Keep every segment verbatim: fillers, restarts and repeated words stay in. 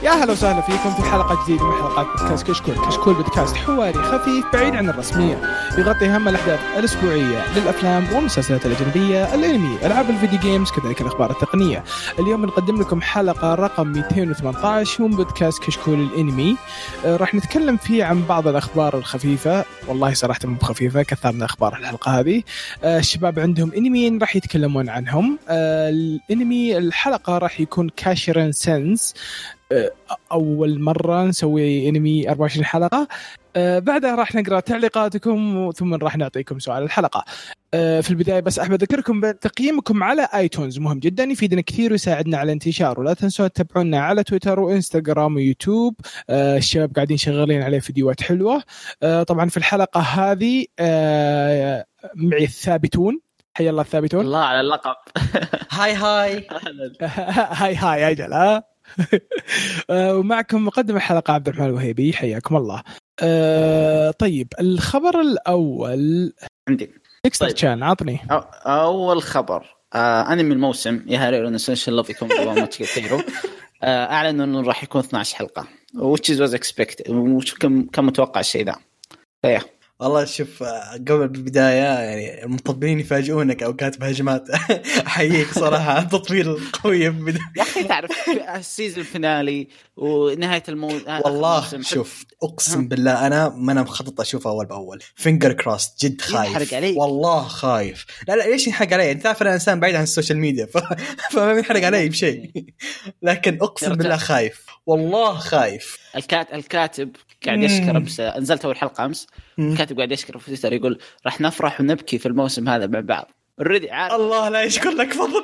يا هلا وسهلا فيكم في حلقة جديدة من حلقات بودكاست كشكول. كشكول بودكاست حواري خفيف بعيد عن الرسمية، يغطي هم الأحداث الأسبوعية للأفلام والمسلسلات الأجنبية، الأنمي، ألعاب الفيديو جيمز، كذلك الأخبار التقنية. اليوم نقدم لكم حلقة رقم مئتين وثمانية عشر من بودكاست كشكول الأنمي. آه راح نتكلم فيه عن بعض الأخبار الخفيفة، والله صراحة مو بخفيفة، كثرنا أخبار الحلقة هذه. آه الشباب عندهم أنميين راح يتكلمون عنهم. آه الأنمي الحلقة راح يكون كاشيران سنس، أول مرة نسوي أنمي أربعة وعشرين حلقة. أه بعدها راح نقرأ تعليقاتكم ثم راح نعطيكم سؤال الحلقة. أه في البداية بس أحب أذكركم بتقييمكم على آيتونز، مهم جدا، يفيدنا كثير ويساعدنا على انتشار. ولا تنسوا تتابعونا على تويتر وإنستغرام ويوتيوب. أه الشباب قاعدين شغالين عليه فيديوهات حلوة. أه طبعا في الحلقة هذه أه معي الثابتون. حيا الله الثابتون. الله على اللقب. هاي هاي هاي هاي أجل ها. ومعكم مقدم الحلقة عبد الرحمن الوهيبي، حياكم الله. أه طيب الخبر الأول عندي إكسترا تشان، عطني أول خبر. آه أنمي الموسم يا هاري نسنشن لوف يكون دوما تكثيره. آه أعلن إنه راح يكون اثنتي عشرة حلقة which is was expected. وش كم كم متوقع الشيء ده؟ فيا والله شوف، قبل البداية يعني المطبلين يفاجئونك أو كاتب هجمات. أحييك صراحة تطبيل قوية ببداية. يا أخي تعرف السيزون الفينالي ونهاية الموسم. والله شوف أقسم هم. بالله أنا ما أنا مخطط أشوفه أول بأول. فينجر كروست، جد خايف والله خايف. لا لا ليش ينحرق علي؟ أنت تعرف أنا إنسان بعيد عن السوشيال ميديا ف... فما ينحرق علي بشيء. لكن أقسم بالله خايف والله خايف. الكات الكاتب قاعد يشكر بس نزلت أول حلقة أمس. الكاتب قاعد يشكر في تويتر يقول راح نفرح ونبكي في الموسم هذا مع بعض. الردي عارف. الله لا يشكر لك فضل.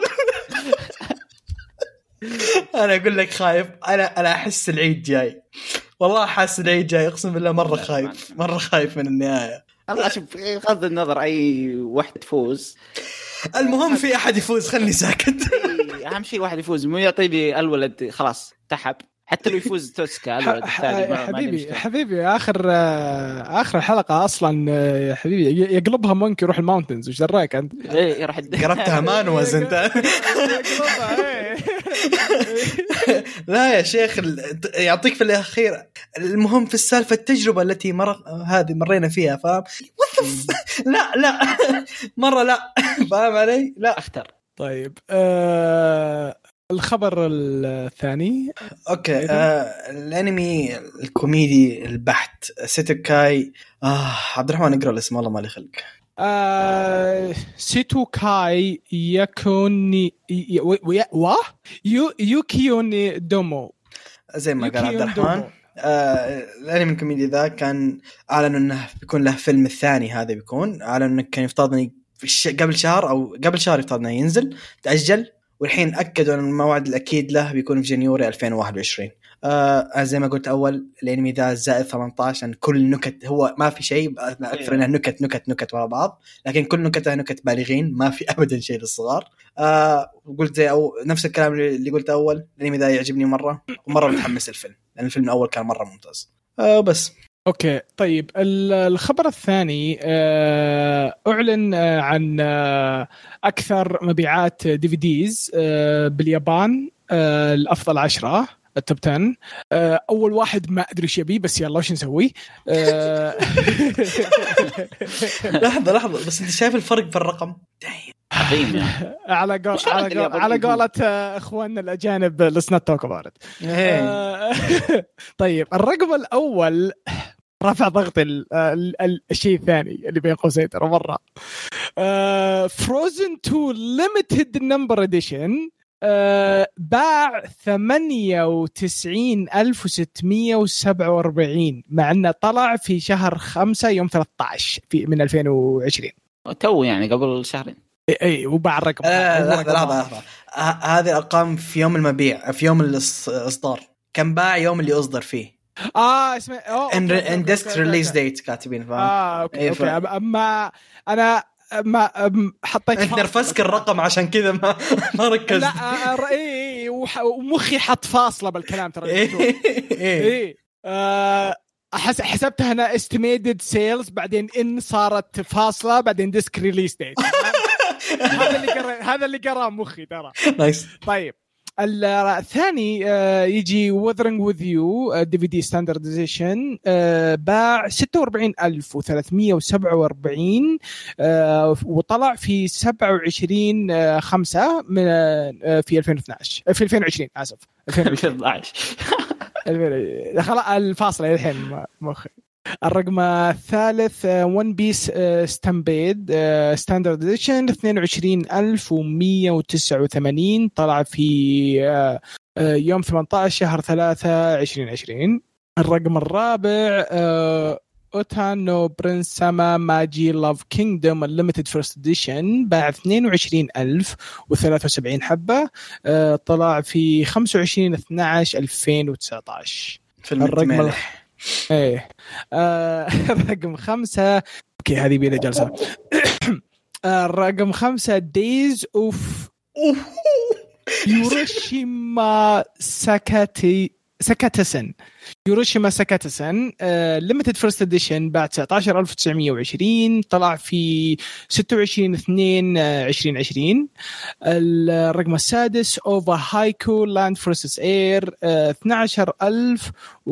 أنا أقول لك خايف. أنا أنا أحس العيد جاي، والله حاسس العيد جاي أقسم بالله. مرة خايف مرة خايف من النهاية. الله شوف بغض النظر أي واحد تفوز، المهم في أحد يفوز خلني ساكت. أهم شيء واحد يفوز، مو يعطي لي الولد خلاص تحب. حتى لو يفوز توسكا الولد الثاني. حبيبي حبيبي آخر آخر الحلقة أصلا حبيبي يقلبها مونك يروح الماونتنز. وش دراك أنت؟ إيه يروح قربتها مانوز أنت. لا يا شيخ يعطيك في الأخير. المهم في السالفة التجربة التي مر هذه مرينا فيها، فاهم؟ لا لا مرة لا فاهم علي؟ لا أختار. طيب أه... الخبر الثاني اوكي. آه، الانمي الكوميدي البحت سيتوكاي. آه عبد الرحمن اقرا الاسم والله ما لي خلق. آه سيتوكاي يكوني و يو يوكيوني دومو زي ما قال عبد الرحمن. آه الانمي الكوميدي ذا كان اعلنوا انه بيكون له فيلم الثاني. هذا بيكون اعلنوا انه كان يفترض انه في قبل شهر او قبل شهر يفترض انه ينزل، تاجل، والحين أكدوا أن الموعد الأكيد له بيكون في جانيوري ألفين وواحد وعشرين. آه زي ما قلت أول، الأنمي ذا زائد ثمانية عشر، أن كل نكت هو ما في شيء أكثر منها نكت نكت نكت ورا بعض، لكن كل نكتها نكت بالغين، ما في أبدا شيء للصغار. آه قلت زي أو نفس الكلام اللي قلت أول، الأنمي ذا يعجبني مرة ومرة متحمس الفيلم، لأن الفيلم الأول كان مرة ممتاز. آه بس اوكي طيب الخبر الثاني اعلن عن اكثر مبيعات دي في ديز باليابان، الافضل عشرة، التوب عشرة. اول واحد ما ادري ايش يبي، بس يلا وش نسوي. لحظه لحظه بس انت شايف الفرق في الرقم عظيم على قول على قول على قولة اخواننا الاجانب لسنا توك بارد. طيب الرقم الاول رفع ضغط ال ال ال الشيء الثاني اللي بين قوسين ترى مرة. فروزن تو ليميتد نمبر اديشن باع ثمانية وتسعين ألف وستمية وسبعة وأربعين، مع انه طلع في شهر خمسة يوم ثلاثة عشر في من ألفين وعشرين، تو يعني قبل شهرين. اي اي وباع الرقم. لحظة لحظة لحظة هذه الارقام في يوم المبيع، في يوم الاصدار. كم باع يوم اللي اصدر فيه؟ اه اسمه ان ديسك ريليز ديت كاتبين، فاهم؟ اه اوكي إيه اوكي. اما انا ما حطيت انت نرفسك الرقم عشان كذا ما ما ركزت. لا اي ومخي حط فاصله بالكلام ترى. اي اي احس حسبتها انا estimated sales، بعدين ان صارت فاصله، بعدين ديسك ريليز ديت. هذا اللي قرا هذا اللي قرا مخي ترى. نايس. طيب الثاني يجي Wuthering With You دي في دي ستاندرد إديشن، باع ستة وأربعين ألف وثلاثمية وسبعة وأربعين وطلع في سبعة وعشرين خمسة من في ألفين واثناشر في ألفين وعشرين آسف ألفين وعشرين خلاص الفاصلة الحين مخي. الرقم الثالث ون بيس ستامبيد ستاندرد إديشن اثنين وعشرين ألف ومية وتسعة وثمانين، طلع في يوم ثمانية عشر شهر ثلاثة عشرين عشرين. الرقم الرابع أوتانو برنس ساما ماجي لاف كينغدوم الليمتد فيرست إديشن، باع اثنين وعشرين ألف وثلاثة وسبعين حبة، طلع في خمسة وعشرين اثنا عشر ألفين وتسعة عشر. الرقم ايه آه، رقم خمسة اوكي هذه بيدا جلسة آه، رقم خمسة دايز اوف يوروشيما ساكاتي ساكاتسن يوروشيما ساكاتسن ليميتد فيرست اديشن بعد تسعة عشر ألف وتسعمية وعشرين، طلع في ستة وعشرين اثنين عشرين عشرين. الرقم السادس اوفا هايكو لاند فورسز اير اثنا عشر ألف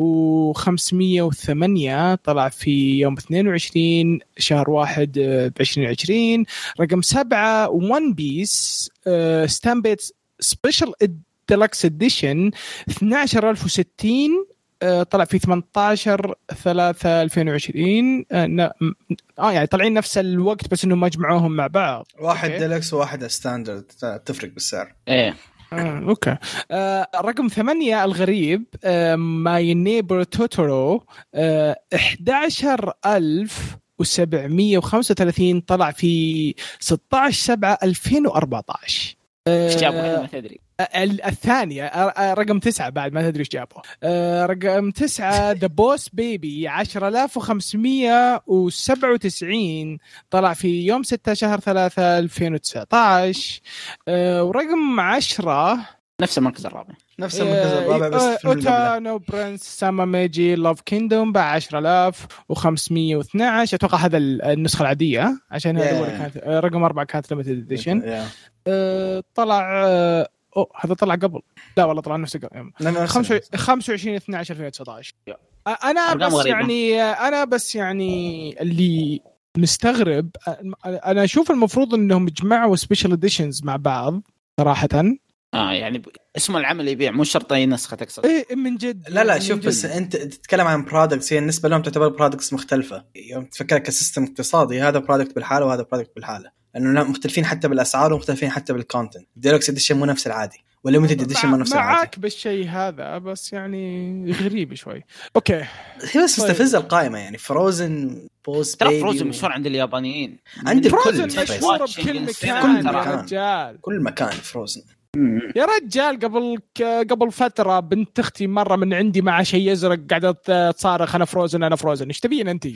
وخمسمية وثمانية، طلع في يوم اثنين وعشرين شهر واحد بعشرين عشرين. رقم سبعة ون بيس ستامبيت سبيشال ديلكس اديشن اثنا عشر ألف وستين، طلع في ثمانية عشر ثلاثة ألفين وعشرين. اه يعني طالعين نفس الوقت بس انه مجمعوهم مع بعض، واحد ديلكس وواحد ستاندرد، تفرق بالسعر. ايه آه، اوكي. آه، رقم ثمانية الغريب ماي نيبر توتورو أحد عشر ألف وسبعمية وخمسة وثلاثين، طلع في ستة عشر سبعة ألفين وأربعة عشر. ايش جابوا ما تدري. الثانية رقم تسعة بعد ما تدري ايش جابه. رقم تسعة The Boss Baby عشرة آلاف وخمسمية وسبعة وتسعين، طلع في يوم ستة شهر ثلاثة ألفين وتسعة عشر. ورقم عشرة نفس المركز الرابع نفس المركز الرابع بس في أوتانو برنس ساما ميجي لاف كيندوم باع عشرة آلاف وخمسمية واثني عشر. أتوقع هذا النسخة العادية عشان هذا yeah. كانت رقم أربعة كانت ليميتد إديشن. yeah. أه طلع أوه هذا طلع قبل لا والله طلع نفسه قبل خمسة وعشرين اثنا عشر ألفين وتسعة عشر. yeah. أنا بس غريبة. يعني أنا بس يعني اللي مستغرب أنا أشوف المفروض إنهم يجمعوا سبيشال إديشنز مع بعض صراحة. اه يعني اسم العمل يبيع مو شرط اي نسخه تكسر. ايه من جد. لا لا شوف بس انت تتكلم عن برودكتس هي بالنسبه لهم تعتبر برودكتس مختلفه. يوم تفكر كسيستم اقتصادي هذا برودكت بالحاله وهذا برودكت بالحاله، لانه مختلفين حتى بالاسعار ومختلفين حتى بالكونتنت. ديلوكس اديشن مو نفس العادي ولا ليميتد اديشن مو نفس العادي. معاك بالشيء هذا بس يعني غريب شوي. اوكي هي بس مستفزه طيب. القائمه يعني فروزن بوس ترى فروزن مشهور عند اليابانيين، عند فروزن مشهوره بكل مكان. كل مكان كل مكان فروزن يا رجال. قبل قبل فترة بنت أختي مرة من عندي مع شيء يزرق قاعدة تصارخ أنا فروزن أنا فروزن. إيش تبين أنتي؟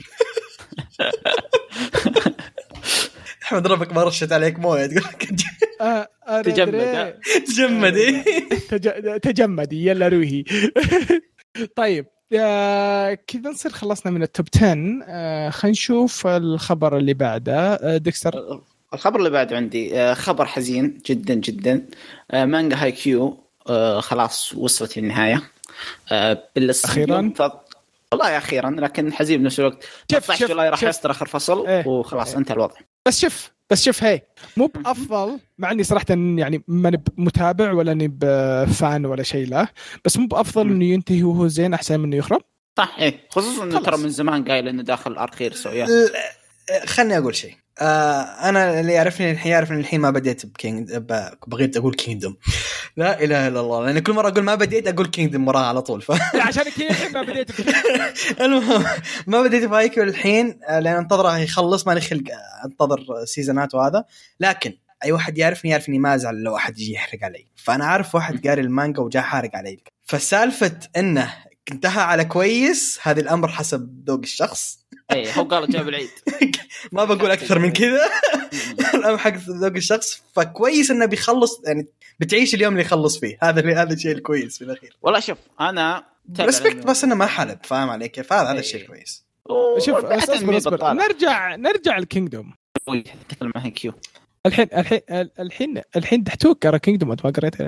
أحمد ربك ما رشت عليك موية تقول تجمد تجمدي تجمدي يلا روحي. طيب كذا نصير خلصنا من التوب عشرة. خلينا نشوف الخبر اللي بعده. ديكستر الخبر اللي بعد عندي خبر حزين جدا جدا. مانجا هاي كيو خلاص وصلت للنهاية أخيرا. والله أخيرا لكن حزين بنفس الوقت. ستة عشر جولاي راح يصدر آخر فصل ايه وخلاص ايه. انتهى الوضع. بس شوف بس شوف هاي مو بأفضل مع اني صراحة يعني ما نب متابع ولا نب فان ولا شيء له، بس مو بأفضل انه ينتهي وهو زين احسن من انه يخرب. صح ايه خصوصا انه ترى من زمان قايل انه داخل الارخير سويا. خلني اقول شيء. آه انا اللي يعرفني الحين يعرف ان الحين ما بديت بكينج بغيت اقول كينجدوم. لا اله الا الله لان كل مره اقول ما بديت اقول كينجدوم وراها على طول ف... عشان كذا الحين ما بديت المهم ما بديت بايكو الحين لان انتظره يخلص ما لي خلق انتظر سيزونات وهذا. لكن اي واحد يعرفني يعرف اني ما ازعل لو احد يجي يحرق علي. فانا عارف واحد قاري المانجا وجاء حارق علي. فسالفه انه انتهى على كويس هذا الامر حسب ذوق الشخص. ايه هو قال جاب العيد ما بقول اكثر من كذا. الامر حق ذوق الشخص فكويس انه بيخلص يعني بتعيش اليوم اللي يخلص فيه. هذا هذا الشيء الكويس في الاخير. والله شوف انا ريسبكت بس انه ما حلب فاهم عليك كيف هذا هذا الشيء كويس. شوف اصبر اصبر نرجع نرجع الكينجدوم. نتكلم عن كيو الحين الحين الحين الحين تحتوك قرا كينجدوم انت ما قريته الحين.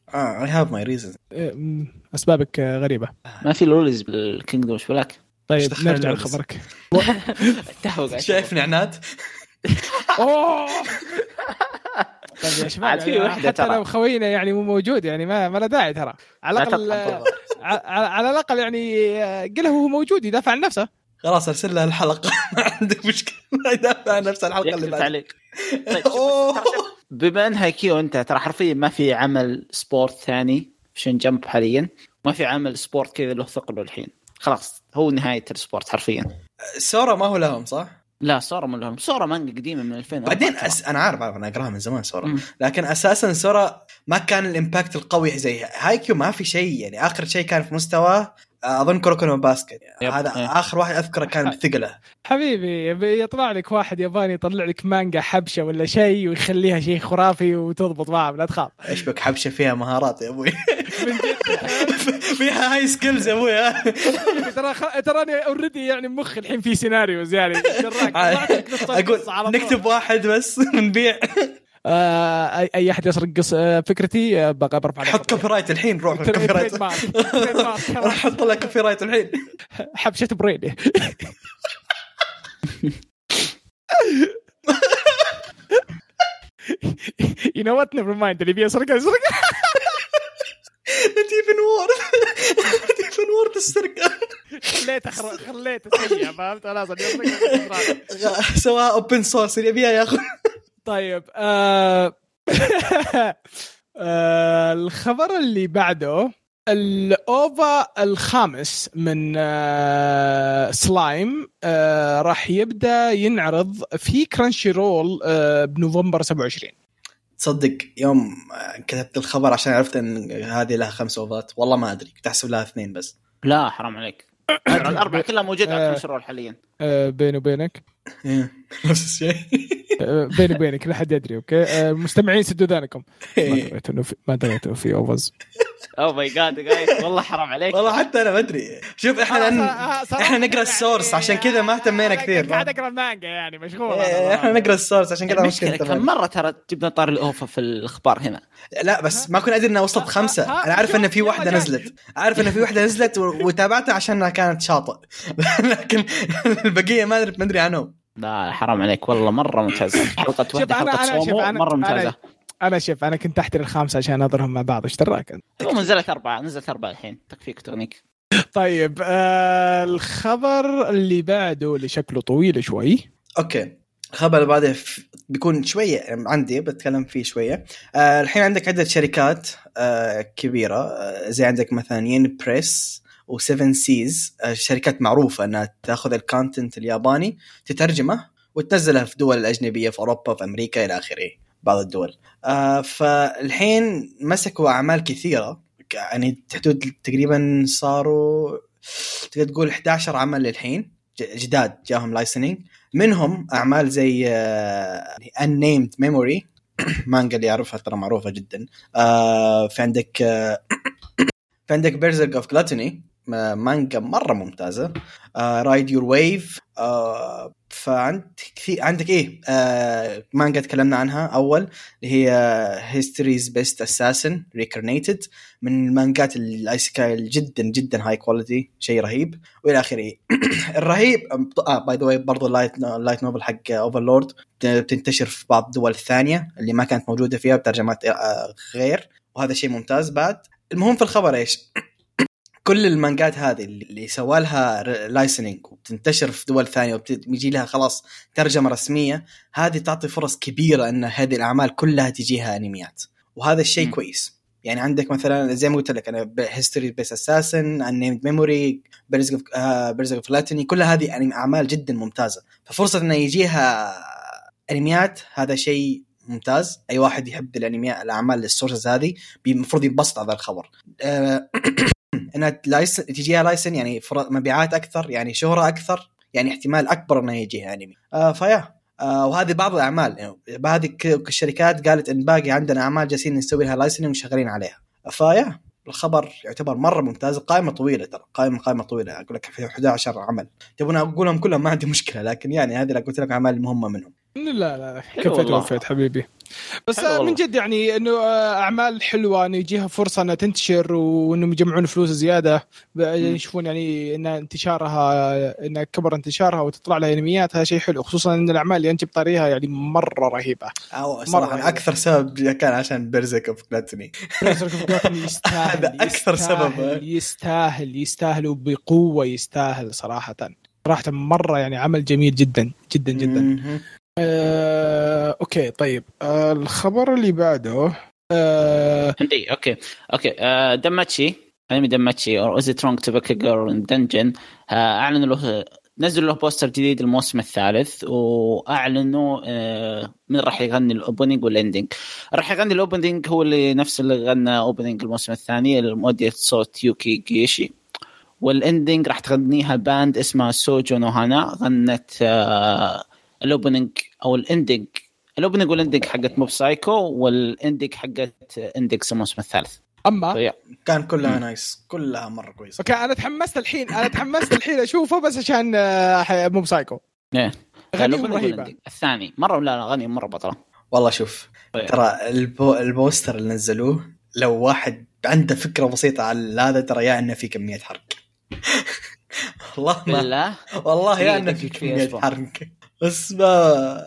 اه I have my reasons. اسبابك غريبه. ما في لولز بالكينجدوم ايش بلاك. طيب نرجع لخبرك. التهوق شايف نعنات. اوه طيب يا شباب يعني حتى لو خوينا يعني مو موجود يعني ما ما له داعي ترى على الاقل على الاقل يعني قله هو موجود يدافع عن نفسه. خلاص ارسل له الحلقه ما عندك مشكله يدافع عن نفس الحلقه اللي بعدها. طيب بما انها كيو انت ترى حرفيا ما في عمل سبورت ثاني عشان جنب حاليا ما في عمل سبورت كذا له ثقله الحين خلاص هو نهايه السبورت حرفيا. سورا ما هو لهم صح؟ لا سورا من لهم. سورا مانجا قديمه من ألفين بعدين أس... انا عارف عارف انا اقراها من زمان سورا م. لكن اساسا سورا ما كان الامباكت القوي زي هايكيو. ما في شيء يعني اخر شيء كان في مستواه اظن كوروكو باسكت يعني. هذا يب. اخر واحد اذكره كان بثقله. حبيبي يطلع لك واحد ياباني يطلع لك مانجا حبشه ولا شيء ويخليها شيء خرافي وتضبط معه لا تخاف. ايش بك حبشه فيها مهارات يا ابوي فيها هاي سكيلز يا ابوي. ترى تراني اوريدي يعني مخ الحين في سيناريوز يعني اقول نكتب واحد بس نبيع. آه اي احد يسرق قص فكرتي بقى برفع حط كوبي رايت الحين. روح كوبي رايت حط لك كوبي رايت الحين. حبشه بريدي. you know what never mind اللي بيسرق يسرق. نتيفن وورد نتيفن وورد السرقة خليته خليته سيء فهمت لازم يسرق سواء اوبن سورس اللي بيها ياخذ. طيب آه... آه... الخبر اللي بعده الأوفا الخامس من آه... سلايم آه... راح يبدأ ينعرض في كرانشي رول آه... بنوفمبر سبعة وعشرين. تصدق يوم كتبت الخبر عشان عرفت ان هذه لها خمس اوفات والله ما ادري كنت احسب لها اثنين بس. لا حرام عليك الأربعة كلها موجودة على كرانشي رول حاليا. آه... بيني وبينك نفس الشيء بيني وبينك لا حد يدري. اوكي مستمعين سدوا ذانكم ما دريت انه في ما دريت انه في اوفز. اوه ماي جاد جايز والله حرام عليك والله حتى انا ما ادري. شوف احنا لن... احنا نقرا السورس عشان كذا ما اهتمينا كثير. قاعد اقرا المانجا يعني مشغول. احنا نقرا السورس عشان كذا مشكلة. كم مرة ترى جبنا طار الاوفا في الاخبار هنا. لا بس ما كنت ادري انها وصلت خمسة. انا عارف ان في واحدة نزلت عارف ان في واحدة نزلت وتابعتها عشانها كانت شاطئ لكن البقية ما ادري ما ادري عنهم. لا حرام عليك والله مرة ممتازة. حلقة واحدة حلقة صومو مرة ممتازة. أنا شوف أنا كنت أحتري الخامسة عشان أضرهم مع بعض. إيش دراك أنت؟ نزلت أربعة نزلت أربعة الحين تكفيك تغنيك. طيب آه الخبر اللي بعده اللي شكله طويل شوي. أوكي الخبر اللي بعده بيكون شوية عندي بتكلم فيه شوية. آه الحين عندك عدة شركات آه كبيرة آه زي عندك مثلا ين بريس وسيفن سيز آه شركات معروفة أنها تأخذ الكونتنت الياباني تترجمه وتنزلها في دول الأجنبية في أوروبا في أمريكا إلى آخره بعض الدول. آه فالحين مسكوا أعمال كثيرة يعني تحدود تقريبا صاروا تقدر تقول إحدى عشر عمل للحين جداد جاهم لايسنينج منهم أعمال زي آه Unnamed Memory مانجا اللي يعرفها ترى معروفة جدا. آه في عندك آه في عندك Berserk of Gluttony مانجا مرة ممتازة. آه Ride Your Wave. آه فعندك في عندك إيه آه مانجا تكلمنا عنها أول اللي هي History's Best Assassin Reincarnated من المانجات الأيسكاي جدا جدا هاي كواليتي شيء رهيب وإلى آخره. الرهيب آه باي ذا واي برضو لايت لايت نوبل حق أوفرلورد بتنتشر في بعض الدول الثانية اللي ما كانت موجودة فيها بترجمات آه غير وهذا شيء ممتاز بعد. المهم في الخبر إيش كل المانجات هذه اللي سوالها لايسنينج وبتنتشر في دول ثانية وبيجي لها خلاص ترجمة رسمية هذه تعطي فرص كبيرة أن هذه الأعمال كلها تجيها أنميات وهذا الشيء كويس. يعني عندك مثلا زي ما قلت لك أنا History Best Assassin Unnamed Memory Berserk of, uh, Berserk of Gluttony كل هذه يعني أعمال جدا ممتازة ففرصة أن يجيها أنميات هذا شيء ممتاز. أي واحد يحب الأنميات الأعمال السورسز هذه المفروض ينبسط هذا الخبر. أه انها لايسن تجيها لايسن يعني مبيعات اكثر يعني شهرة اكثر يعني احتمال اكبر انها يجيها انمي. آه فيا آه وهذه بعض الاعمال يعني هذه الشركات قالت ان باقي عندنا اعمال جالسين نسوي لها لايسننج وشغالين عليها. فيا الخبر يعتبر مره ممتاز. قائمه طويله ترى قائمه قائمه طويله اقول لك في إحدى عشر عمل تبون اقولهم كلهم ما عندي مشكله لكن يعني هذه اللي قلت لك اعمال المهمه منهم. لا لا كفيت وفيت حبيبي. بس من جد يعني انه اعمال حلوه انه يجيها فرصه انها تنتشر وانهم يجمعون فلوس زياده يشوفون يعني ان انتشارها ان كبر انتشارها وتطلع لها انميات. هذا شيء حلو خصوصا ان الاعمال اللي انت بطريقها يعني مره رهيبه. مرة اكثر سبب كان عشان بيرزيرك اوف بلاتيني. بيرزيرك اوف بلاتيني يستاهل هذا اكثر سبب. يستاهل يستاهل وبقوه يستاهل صراحه صراحه مره يعني عمل جميل جدا جدا جدا. آه، أوكي طيب آه، الخبر اللي بعده آه، عندي أوكي أوكي آه، دماتشي أنمي دماتشي أو إز إت رونج تو بيك أ جيرل إن دنجن. أعلنوا له نزلوا له بوستر جديد الموسم الثالث وأعلنوا آه، من راح يغني الأوبننج والإندنج. راح يغني الأوبننج هو اللي نفس اللي غنى أوبننج الموسم الثاني المؤدية صوت يوكي جيشي. والإندنج راح تغنيها باند اسمها سوجو نوهانا. غنت آه الأوبننج أو الإندنج الأوبننج والإندنج حقت موب سايكو والإندنج حقت إندكس الموسم الثالث. أما طيب. كان كلها م. نايس كلها مرة كويسة. أوكي أنا تحمست الحين أنا تحمست الحين أشوفه بس عشان موب سايكو. إيه. الثاني مرة لا غني مرة بطلة. والله شوف طيب. ترى البو البوستر اللي نزلوه لو واحد عنده فكرة بسيطة على هذا ترى يا إنه في كمية حرق. والله ما بالله والله يا إنه في كمية حرق. بس ما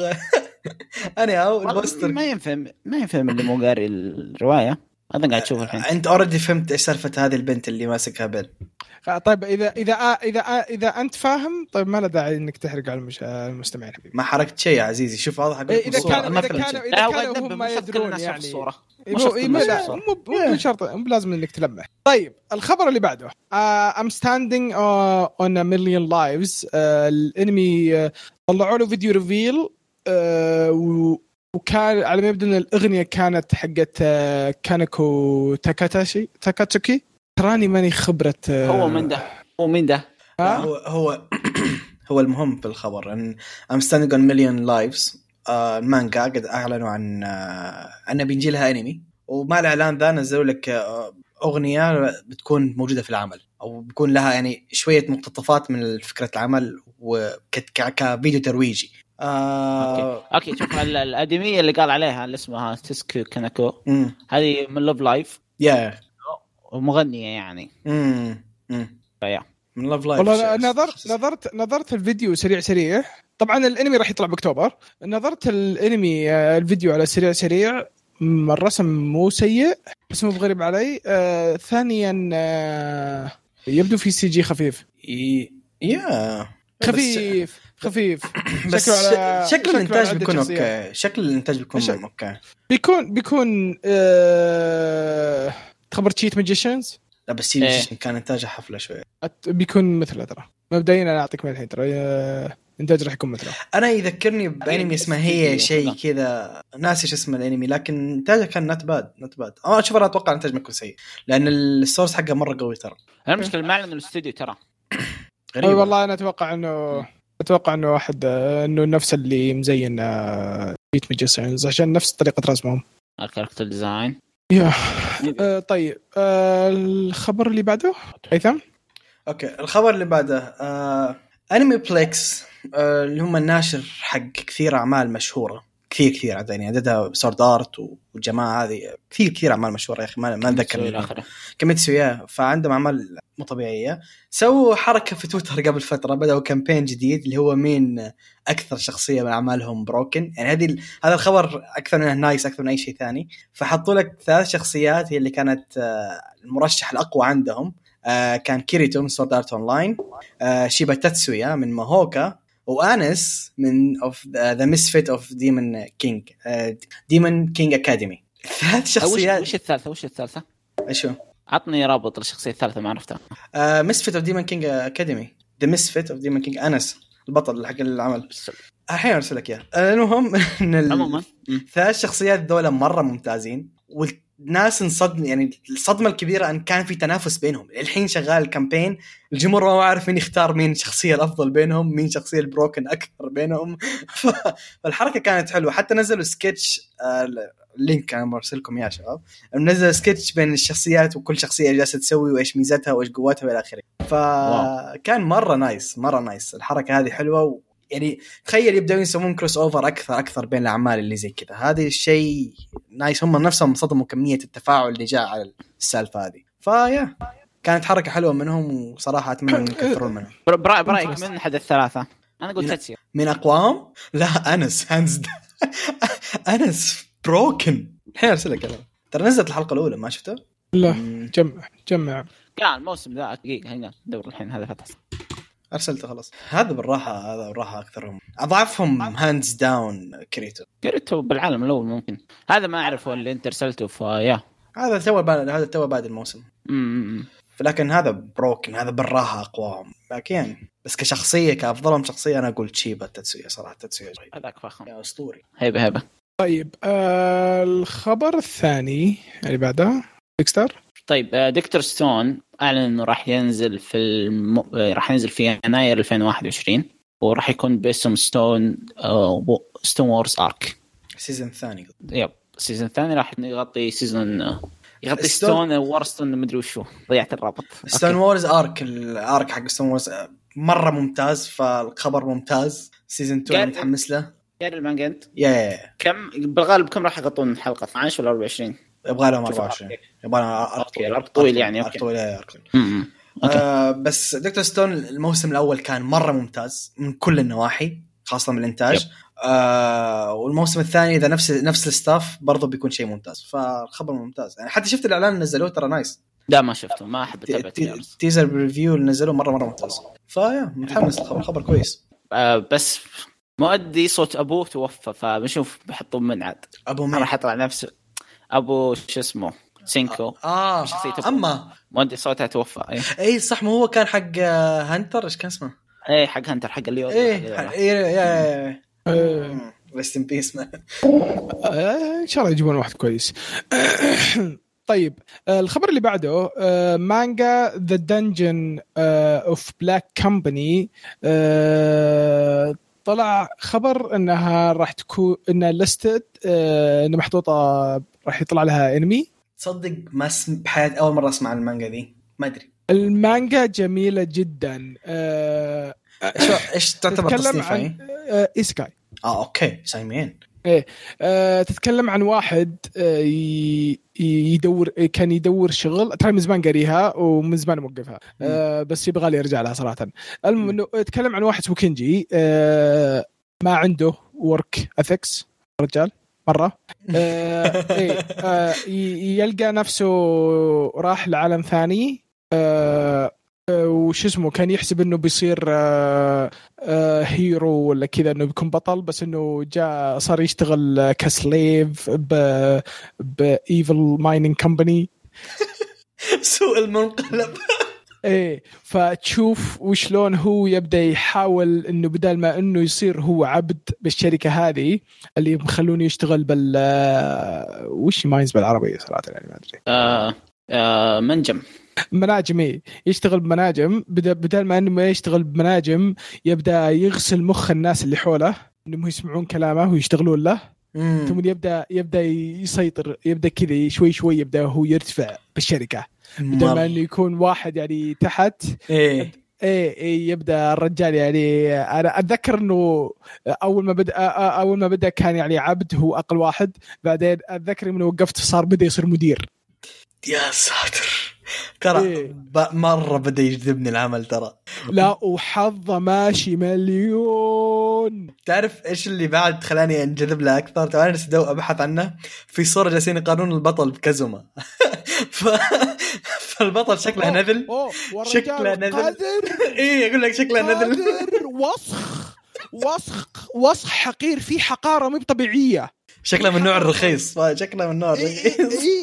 أنا أو البوستر ما ينفهم ما ينفهم اللي مو قاري الرواية. أنا قاعد أشوف الحين. أنت أوريدي فهمت إيش سالفة هذه البنت اللي ماسكها بيل. طيب إذا إذا إذا إذا أنت فاهم طيب ما له داعي إنك تحرق على المستمعين. ما حركت شيء يا عزيزي شوف واضح حق إذا كان إذا كان إذا كانوا هم ما يدرون يعني الصورة. مو مو شرط مو لازم إنك تلمح. طيب الخبر اللي بعده uh, I'm standing uh, on a million lives uh, الانمي uh, طلعوا له فيديو ريفيل uh, وكان على ما يبدو ان الاغنيه كانت حقت uh, كانكو تاكاتاشي تاكاتسوكي. تراني ماني خبره uh, هو من ده هو من ده هو هو هو المهم في الخبر ان I'm standing on million lives uh, المانجا قد اعلنوا عن uh, انه بينجي لها انمي ومع الاعلان ذا نزلوا لك uh, أغنية بتكون موجودة في العمل أو بيكون لها يعني شوية مقتطفات من فكرة العمل وكفيديو ترويجي. آه... أوكي. أوكي شوف الأدمية اللي قال عليها اللي اسمها تسكو كاناكو هذه من لوف لايف يا yeah. ومغنية يعني امم فيا من لوف لايف. والله نظرت نظرت نظرت الفيديو سريع سريع. طبعا الانمي راح يطلع باكتوبر. نظرت الانمي الفيديو على سريع سريع الرسم مو سيء بس مو بغريب علي. آه، ثانيا آه، يبدو في سي جي خفيف يا خفيف خفيف بس على شكل الانتاج بيكون اوكي. شكل الانتاج بيكون شك... اوكي بيكون بيكون آه... خبر تشيت ماجيشنز. لا بس تشيت ماجيشن كان انتاجه حفله شويه. بيكون مثله ترى مبدئيا انا اعطيك من الحين ترى انتاج راح يكون مثله. انا يذكرني بانمي اسمه هي شيء كذا ناسي ايش اسمه الانمي لكن انتاجه كان نوت باد نوت باد. اه شوف انا اتوقع الانتاج ما يكون سيء لان السورس حقه مره قوي ترى. المشكله المعلن الاستوديو ترى اي والله انا اتوقع انه اتوقع انه واحد انه نفس اللي مزين بيت ماجيشنز عشان نفس طريقه رسمهم الكاركتر ديزاين. يا آه طيب آه الخبر اللي بعده هيثم. اوكي الخبر اللي بعده آه انمي بليكس آه اللي هم الناشر حق كثير اعمال مشهوره كثير كثير يعني عددها سورد ارت والجماعه هذه كثير كثير اعمال مشهوره يا اخي ما ما اتذكر كميتسو يا فعندهم اعمال مو طبيعيه. سووا حركه في تويتر قبل فتره بداوا كامبين جديد اللي هو مين اكثر شخصيه من اعمالهم بروكن يعني هذه هذا الخبر اكثر من نايس اكثر من اي شيء ثاني. فحطوا لك ثلاث شخصيات هي اللي كانت المرشح الاقوى عندهم. كان كيريتو من سورد ارت اونلاين شيبا تاتسويا من ماهوكا وانس من اوف ذا مسفيت اوف ديمون كينج ديمون كينج اكاديمي. ثلاث شخصيات. وش الثالثه وش الثالثه ايشو عطني رابط الشخصيه الثالثه ما عرفتها. مسفيت اوف ديمون كينج اكاديمي ذا مسفيت اوف ديمون كينج انس البطل حق العمل الحين ارسلك اياه. المهم ان الثلاث شخصيات دول مره ممتازين والناس انصدم يعني الصدمه الكبيره ان كان في تنافس بينهم. الحين شغال الكامبين الجمهور ما عارف مين يختار مين شخصيه الافضل بينهم مين شخصيه البروكن اكثر بينهم. فالحركه كانت حلوه حتى نزلوا سكتش آه لينك انا برسلكم يا شباب نزل سكتش بين الشخصيات وكل شخصيه جالسه تسوي وايش ميزتها وايش قوتها والى اخره. فكان مره نايس مره نايس الحركه هذه حلوه يعني تخيل يبدأوا يسوون كروس اوفر اكثر اكثر بين الاعمال اللي زي كذا. هذا الشيء نايس، هم نفسهم صدموا كميه التفاعل اللي جاء على السالفه هذه. فيا كانت حركه حلوه منهم، وصراحه اتمنى ان يكثرون منهم. برا برايك من احد الثلاثه؟ انا قلت تاتسيو من اقوام. لا انس هانز انس بروكن. الحين ارسلك كلام، ترى نزلت الحلقه الاولى ما شفتها. لا جمع جمع كان الموسم ذا دقيقه هنا دور الحين هذا فتح ارسلته خلاص. هذا بالراحه، هذا بالراحه اكثرهم اضعفهم هاندز داون. كريتو كريتو بالعالم الاول ممكن، هذا ما اعرفه اللي انت ارسلته فيا هذا تو بعد هذا تو بعد الموسم. امم لكن هذا بروكن، هذا بالراحه اقواهم لكن بس كشخصيه كافضلهم شخصيه انا اقول تشيبا تاتسويا صراحه. تاتسويا هذاك فخم يا اسطوري هيبه هيبه. طيب آه الخبر الثاني اللي بعده ديكستر. طيب دكتور ستون اعلن انه راح ينزل في الم... راح ينزل في يناير ألفين وواحد وعشرين، وراح يكون باسم ستون آه... ستون وورز ارك السيزون الثاني. يب السيزون الثاني راح يغطي سيزون يغطي ستون... ستون وورستون مدري وشو، ضيعت الرابط. ستون وورز ارك، الارك حق ستون وورز مره ممتاز، فالخبر ممتاز. سيزون اثنين متحمس له. قال المانجا انت يا كم بالغالب كم راح يغطون حلقه اثنا عشر ولا أربعة وعشرين؟ يبغى لهم أربعة وعشرين، يبغى لهم ارك طويل يعني. اوكي طويل ارك. آه بس دكتور ستون الموسم الاول كان مره ممتاز من كل النواحي خاصه من الانتاج. آه والموسم الثاني اذا نفس نفس الستاف برضه بيكون شيء ممتاز، فالخبر ممتاز يعني. حتى شفت الاعلان نزلوه ترى نايس. لا ما شفته، ما احب اتابع تيزر بريفيو اللي نزلوه مره مره ممتاز. فيا متحمس الخبر، خبر كويس. آه بس مؤدي صوت ابوه توفى، فبنشوف بحطوا من عاد ابو مين راح يطلع نفسه ابو شو اسمه سينكو. اه اما مؤدي صوته توفى. اي اي صح، ما هو كان حق هانتر، ايش كان اسمه؟ اي حق هانتر حق اليوم. اي يا ريست ان بيس مان. ان شاء الله يجيبون واحد كويس. طيب الخبر اللي بعده مانجا ذا دنجن اوف بلاك كمباني. طلع خبر انها راح تكون انها ليستد، انها محطوطه راح يطلع لها انمي. تصدق ما اسم بحياتي اول مره اسمع المانجا دي، ما ادري. المانجا جميله جدا. ايش ايش تعتبر تصنيفها؟ عن آه إيسكاي. اه اوكي سايمين. ايه آه تتكلم عن واحد آه يدور كان يدور شغل، ترى من زمان قاريها ومن زمان موقفها، آه بس يبغى لي يرجع لها صراحه. المهم انه يتكلم عن واحد اسمه كينجي، آه ما عنده ورك اثكس رجال مره. آه ايه آه يلقى نفسه راح لعالم ثاني. آه وش اسمه كان يحسب انه بيصير آه آه هيرو ولا كذا، انه بيكون بطل، بس انه جاء صار يشتغل كسليف ب بايفل مايننج كمباني. سوء المنقلب. ايه فتشوف وشلون هو يبدا يحاول انه بدل ما انه يصير هو عبد بالشركه هذه اللي مخلونه يشتغل بال وش ماينز بالعربي صراحه يعني ما ادري. آه آه منجم مناجم. يشتغل بمناجم، بدل ما انه ما يشتغل بمناجم يبدا يغسل مخ الناس اللي حوله انهم يسمعون كلامه ويشتغلون له. ثم يبدا يبدا يسيطر، يبدا كذا شوي شوي يبدا هو يرتفع بالشركه، بدل ما انه يكون واحد يعني تحت. ايه ايه, إيه يبدا الرجال يعني. انا اتذكر انه اول ما بدا اول ما بدا كان يعني عبد، هو اقل واحد. بعدين اتذكر انه وقفت صار بدا يصير مدير. يا ساتر ترى إيه؟ مرة بدأ يجذبني العمل ترى. لا وحظه ماشي مليون. تعرف إيش اللي بعد خلاني أنجذب له أكثر؟ ترى أنا سدوا أبحث عنه في صورة جالسين يقارنون البطل بكازوما. ف... فالبطل شكله نذل. شكله نذل. إيه أقول لك شكله نذل. وسخ وسخ وسخ حقير، فيه حقارة مو طبيعية. شكله من نوع الرخيص. شكله من نوع الرخيص.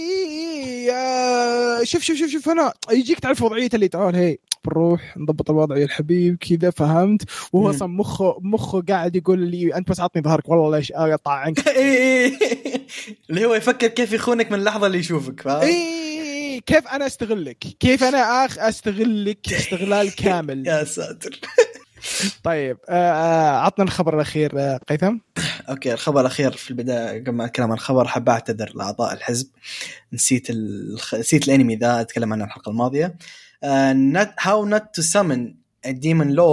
شوف شوف شوف شوف أنا يجيك تعرف وضعية اللي تعال هي بنروح نضبط الوضع يا الحبيب كذا، فهمت؟ وهو أصلا مخه مخه قاعد يقول لي أنت بس عطني ظهرك والله ليش أقطع عنك. اللي هو يفكر كيف يخونك من اللحظة اللي يشوفك. فاهم؟ إيه كيف أنا أستغلك، كيف أنا أخ أستغلك استغلال كامل. يا ساتر. طيب عطنا الخبر الأخير قيثم. أوكي الخبر الأخير في البداية قبل ما أتكلم عن الخبر حاب أعتذر لأعضاء الحزب. نسيت ال... نسيت الأنمي ذا أتكلم عنه الحلقة الماضية. uh, not... How not to summon a demon lord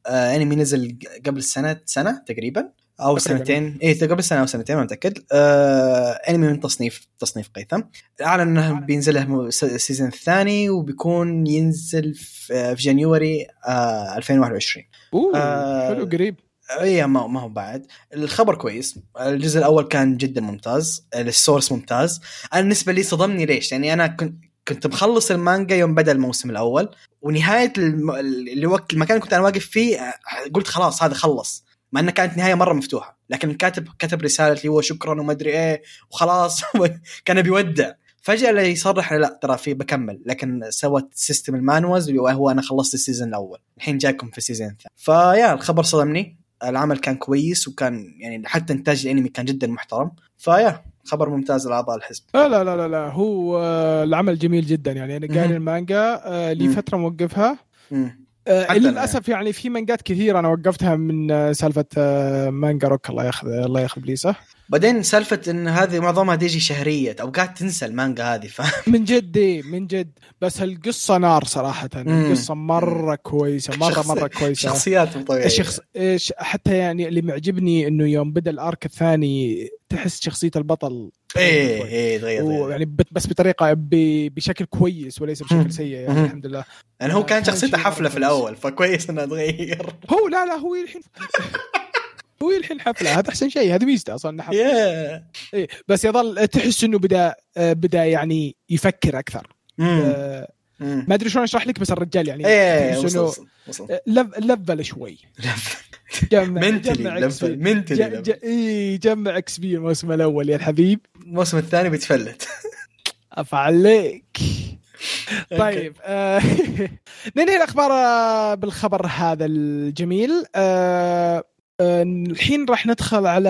آه انمي نزل قبل سنه سنه تقريبا او سنتين، ايه قبل سنه او سنتين ما متاكد. آه انمي من تصنيف تصنيف قيثم، اعلن انه بينزل له السيزون الثاني وبيكون ينزل في جانيوري آه ألفين وواحد وعشرين. اوه آه حلو قريب. ايه ما ما هو بعد. الخبر كويس، الجزء الاول كان جدا ممتاز، السورس ممتاز. انا بالنسبه لي صدمني ليش، يعني انا كنت كنت مخلص المانجا يوم بدا الموسم الاول، ونهايه الم... اللي وقت المكان كنت انا واقف فيه قلت خلاص هذا خلص، مع انها كانت نهايه مره مفتوحه، لكن الكاتب كتب رساله اللي هو شكرا وما ادري ايه وخلاص كان بيودع. فجاه اللي يصرح لا ترى في بكمل، لكن سوت سيستم المانوز اللي هو انا خلصت السيزون الاول الحين جاكم في السيزون الثاني. فيا الخبر صدمني، العمل كان كويس وكان يعني حتى انتاج الانمي كان جدا محترم. فيا خبر ممتاز لاعضاء الحزب. لا لا لا لا هو العمل جميل جدا، يعني انا قاري المانجا لي فتره موقفها للاسف، يعني في مانجات كثير انا وقفتها من سالفه مانجا روك الله ياخذ الله ياخذ بليسه. بعدين سالفه ان هذه معظمها تيجي شهريه او قاعد تنسى المانجا هذه ف... من جد من جد، بس القصه نار صراحه. القصه مره كويسه، مره شخص... مره كويسه، شخصيات طبيعيه. شخص... حتى يعني اللي معجبني انه يوم بدا الارك الثاني تحس شخصيه البطل ايه ايه تغير يعني بس بطريقه ب... بشكل كويس وليس بشكل سيء يعني الحمد لله. يعني هو كان شخصيته حفله في الاول فكويس انه تغير. هو لا لا هو الحين هو الحين حفله، هذا احسن شيء، هذا ميزته اصلا حفله. yeah. إيه بس يظل تحس انه بدا بدا يعني يفكر اكثر. آه ما ادري شلون اشرح لك، بس الرجال يعني ايه انه لفل شوي جمع منتلي لفل منتلي اي جمع اكس بي الموسم الاول يا الحبيب، الموسم الثاني بيتفلت افعلك. طيب آه ننهي الاخبار بالخبر هذا الجميل. آه آه الحين راح ندخل على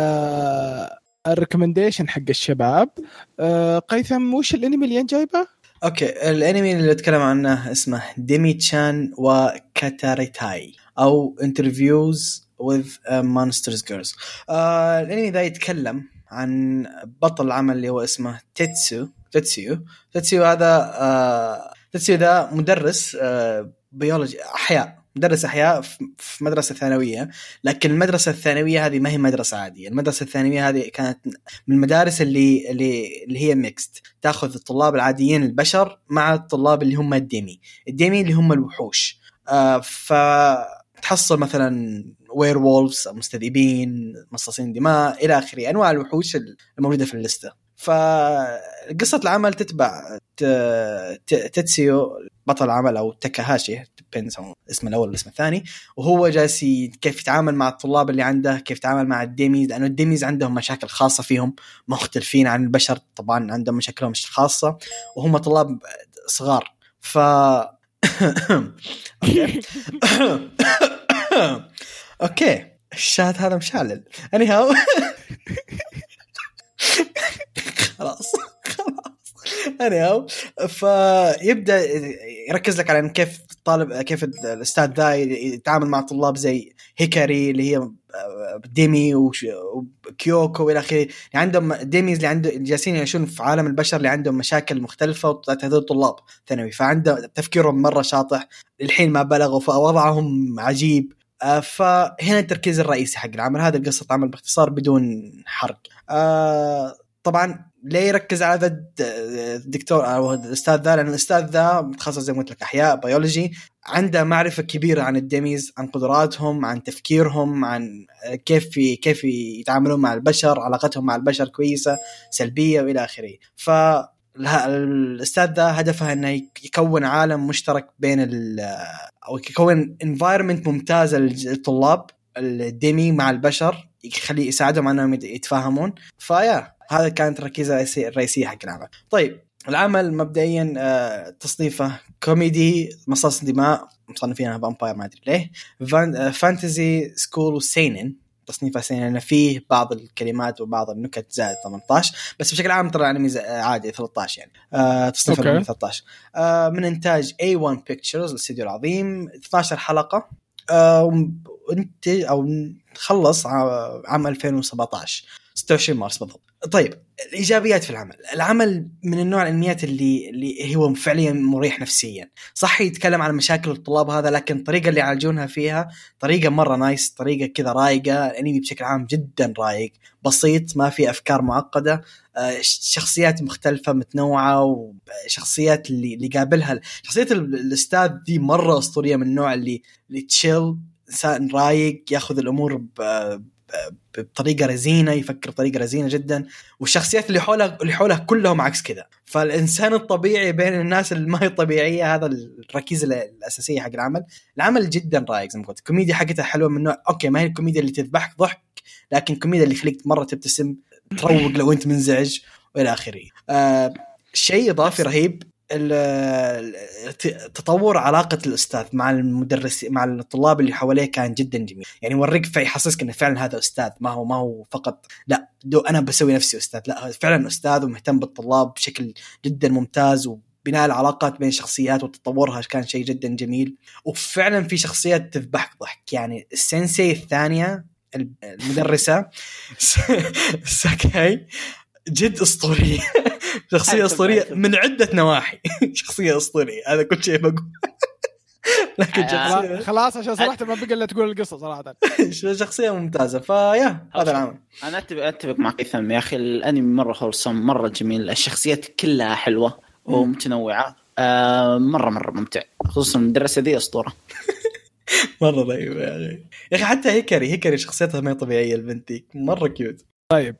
الريكومنديشن حق الشباب. آه قيثم وش الانمي اللي انت جايبه؟ اوكي الانمي اللي اتكلم عنه اسمه ديمي تشان وكاتاريتاي او Interviews with Monsters Girls. آه الانمي ذا يتكلم عن بطل العمل اللي هو اسمه تيتسو تيتسيو تيتسيو هذا آه تيتسيو ذا مدرس آه بيولوجي احياء، مدرس احياء في مدرسه ثانويه. لكن المدرسه الثانويه هذه ما هي مدرسه عاديه، المدرسه الثانويه هذه كانت من المدارس اللي اللي اللي هي ميكست، تاخذ الطلاب العاديين البشر مع الطلاب اللي هم الديمي الديمي اللي هم الوحوش. آه فتحصل مثلا وير وولفز مستذئبين مصاصين دماء الى اخره، انواع الوحوش الموجوده في الليسته. فقصة العمل تتبع تيتسيو بطل العمل أو تاكاهاشي بينسون اسم الأول والاسم الثاني، وهو جالس كيف يتعامل مع الطلاب اللي عنده، كيف يتعامل مع الديميز، لأنه الديميز عندهم مشاكل خاصة فيهم مختلفين عن البشر، طبعا عندهم مشاكلهم خاصة وهم طلاب صغار. ف أوكي الشات هذا مشعلل anyhow خلاص خلاص anyhow. فيبدأ يركز لك على كيف الطالب كيف الأستاذ ذا يتعامل مع طلاب زي هيكاري اللي هي ديمي وكيوكو والى اخره. يعني عندهم ديميز اللي عنده جالسين يعيشون في عالم البشر اللي عندهم مشاكل مختلفة وهذول طلاب ثانوي، فعنده تفكيرهم مرة شاطح الحين ما بلغوا، فوضعهم عجيب. فهنا التركيز الرئيسي حق العمل. هذا قصة عمل باختصار بدون حرق. آه طبعا ليه يركز على هذا الدكتور أو الأستاذ ذا؟ لأن الأستاذ ذا متخصص زي ما قلت لك أحياء بيولوجي، عنده معرفة كبيرة عن الديميز، عن قدراتهم، عن تفكيرهم، عن كيف كيف يتعاملون مع البشر، علاقتهم مع البشر كويسة سلبية وإلى آخره. ف الأستاذ ذا هدفه أنه يكون عالم مشترك بين ال أو يكون environment ممتازة للطلاب الديمي مع البشر، يخلي يساعدهم أنهم يتفاهمون. فيا هذا كانت الركيزة الرئيسية حق العمل. طيب العمل مبدئيا آه تصنيفه كوميدي مصاص دماء، مصنفينها فامباير ما أدري ليه، فان فانتزي سكول وسينن، تصنيفه سينن فيه بعض الكلمات وبعض النكت زائد ثمانية عشر، بس بشكل عام ترى الانمي عادي ثلاثة عشر يعني. آه تصنيفه okay. ثلاثة عشر آه من إنتاج إيه وان Pictures الاستديو العظيم، اثنتي عشرة حلقة آه وانت أو خلص عام ألفين وسبعة عشر ستة وعشرين مارس بالضبط. طيب الإيجابيات في العمل، العمل من النوع الأنميات اللي اللي هو فعليا مريح نفسيا. صح يتكلم عن مشاكل الطلاب هذا، لكن الطريقة اللي يعالجونها فيها طريقة مرة نايس، طريقة كذا رايقة. الأنمي بشكل عام جدا رايق، بسيط، ما في أفكار معقدة، شخصيات مختلفة متنوعة، وشخصيات اللي اللي قابلها شخصية الأستاذ دي مرة أسطورية، من النوع اللي اللي تشيل، إنسان رايق، يأخذ الأمور ب بطريقه رزينه، يفكر بطريقه رزينه جدا. والشخصيات اللي حوله اللي حوله كلهم عكس كذا. فالانسان الطبيعي بين الناس اللي ما هي طبيعيه، هذا الركيزه الاساسيه حق العمل. العمل جدا رايق زي ما قلت. الكوميديا حقتها حلوه، من نوع اوكي ما هي الكوميديا اللي تذبحك ضحك، لكن الكوميديا اللي يخليك مره تبتسم، تروق لو انت منزعج والى اخره. آه شيء اضافي رهيب، تطور علاقة الأستاذ مع المدرس مع الطلاب اللي حواليه كان جدا جميل. يعني وريك فيحسسك إنه فعلا هذا أستاذ، ما هو ما هو فقط لا دو أنا بسوي نفسي أستاذ، لا فعلا أستاذ ومهتم بالطلاب بشكل جدا ممتاز. وبناء العلاقات بين الشخصيات وتطورها كان شيء جدا جميل. وفعلا في شخصيات تذبحك ضحك. يعني السينسي الثانية المدرسة ساكاي جد أسطورية. شخصية أسطورية من عدة نواحي. شخصية أسطورية، هذا كل شيء بقول. لكن شخصية خلاص عشان صراحة ما بقى إلا تقول القصة صراحة. شخصية ممتازة. فيا هذا العمل. أنا أتفق أتفق معك ثم يا أخي، الأنمي مرة خلصان، مرة جميل، الشخصيات كلها حلوة ومتنوعة، آه مرة مرة ممتع، خصوصا المدرسة دي أسطورة. مرة رهيب يا أخي. يا أخي حتى هيكري هيكري شخصيتها ما طبيعية، البنتي مرة كيوت. طيب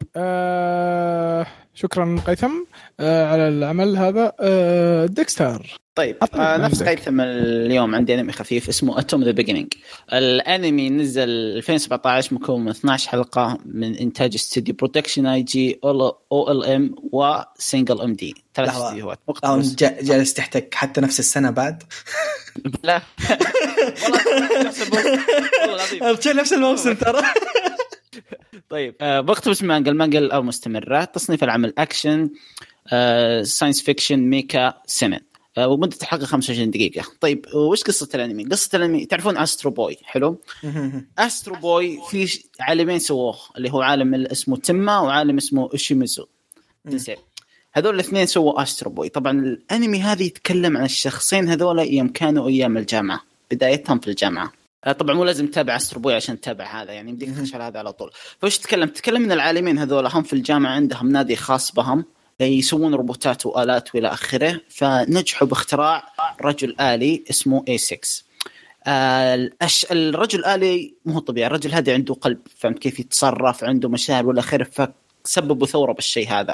آه شكرا قيثم آه على العمل هذا. آه ديكستر. طيب آه نفس قيثم اليوم عندي انمي خفيف اسمه اتوم ذا بيجينينج. الانمي نزل ألفين وسبعة عشر، مكون من اثنا عشر حلقة من انتاج استوديو بروتكشن اي جي او ال ام وسينجل ام دي، ثلاث استديوهات. جالس تحتك حتى نفس السنة بعد. لا والله نفس الموسم، والله نفس الموسم ترى. طيب أه بقتبس مانجا. المانجا الأول مستمرة. تصنيف العمل أكشن، أه ساينس فيكشن، ميكا، سنن، أه ومدة الحلقة خمسة وعشرين دقيقة. طيب وش قصة الأنمي؟ قصة الأنمي تعرفون أسترو بوي؟ حلو. أسترو بوي في عالمين سووه، اللي هو عالم اسمه تيما وعالم اسمه إشيميزو. هذول الاثنين سووا أسترو بوي. طبعا الأنمي هذا يتكلم عن الشخصين هذول أيام كانوا أيام الجامعة، بدايتهم في الجامعة. طبعا مو لازم تتابع أسترو بوي عشان تتابع هذا، يعني بديك تخش على هذا على طول. فوش تتكلم تتكلم من العالمين هذول، هم في الجامعة عندهم نادي خاص بهم يسوون روبوتات وآلات وإلى آخره. فنجحوا باختراع رجل آلي اسمه إيه سكس. آه الرجل الآلي مو طبيعي، الرجل هذا عنده قلب، فهمت كيف يتصرف، عنده مشاعر وإلى آخره، فسببوا ثورة بالشيء هذا.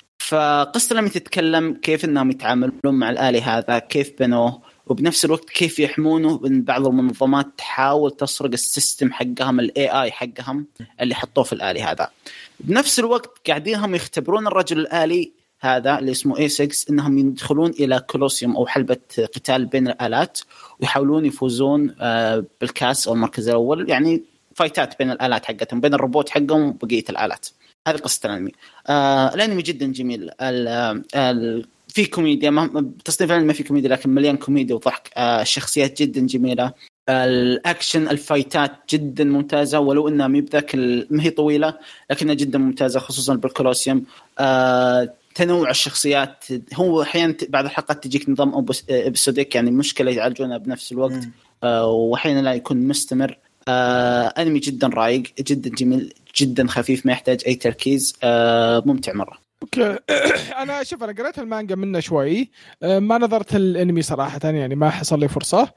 فقصة لما تتكلم كيف إنهم يتعاملون مع الآلي هذا، كيف بنوه، وبنفس الوقت كيف يحمونه من بعض المنظمات تحاول تسرق السيستم حقهم، الاي اي حقهم اللي حطوه في الآلي هذا. بنفس الوقت قاعدين هم يختبرون الرجل الآلي هذا اللي اسمه إيه سكس انهم يدخلون الى كولوسيوم او حلبة قتال بين الآلات، ويحاولون يفوزون بالكاس او المركز الاول، يعني فايتات بين الآلات حقتهم، بين الروبوت حقهم وبقية الآلات. هذه قصة الأنمي. آه الأنمي جدا جميل. ال ال في كوميديا، ما تصنيف الأنمي ما في كوميديا لكن مليان كوميديا وضحك. آه الشخصيات جدا جميلة، الأكشن الفايتات جدا ممتازة، ولو إنها مبذاك ما هي طويلة لكنها جدا ممتازة، خصوصا بالكولوسيوم. آه تنوع الشخصيات، هو أحيانا بعض الحلقات تجيك نظام إبسوديك، يعني مشكلة يعالجونها بنفس الوقت، آه وأحيانا لا يكون مستمر. آه أنمي جدا رايق، جدا جميل، جدا خفيف، ما يحتاج أي تركيز، آه ممتع مرة. اوكي. انا شوف انا قريت المانجا منه شوي، ما نظرت الانمي صراحه، يعني ما حصل لي فرصه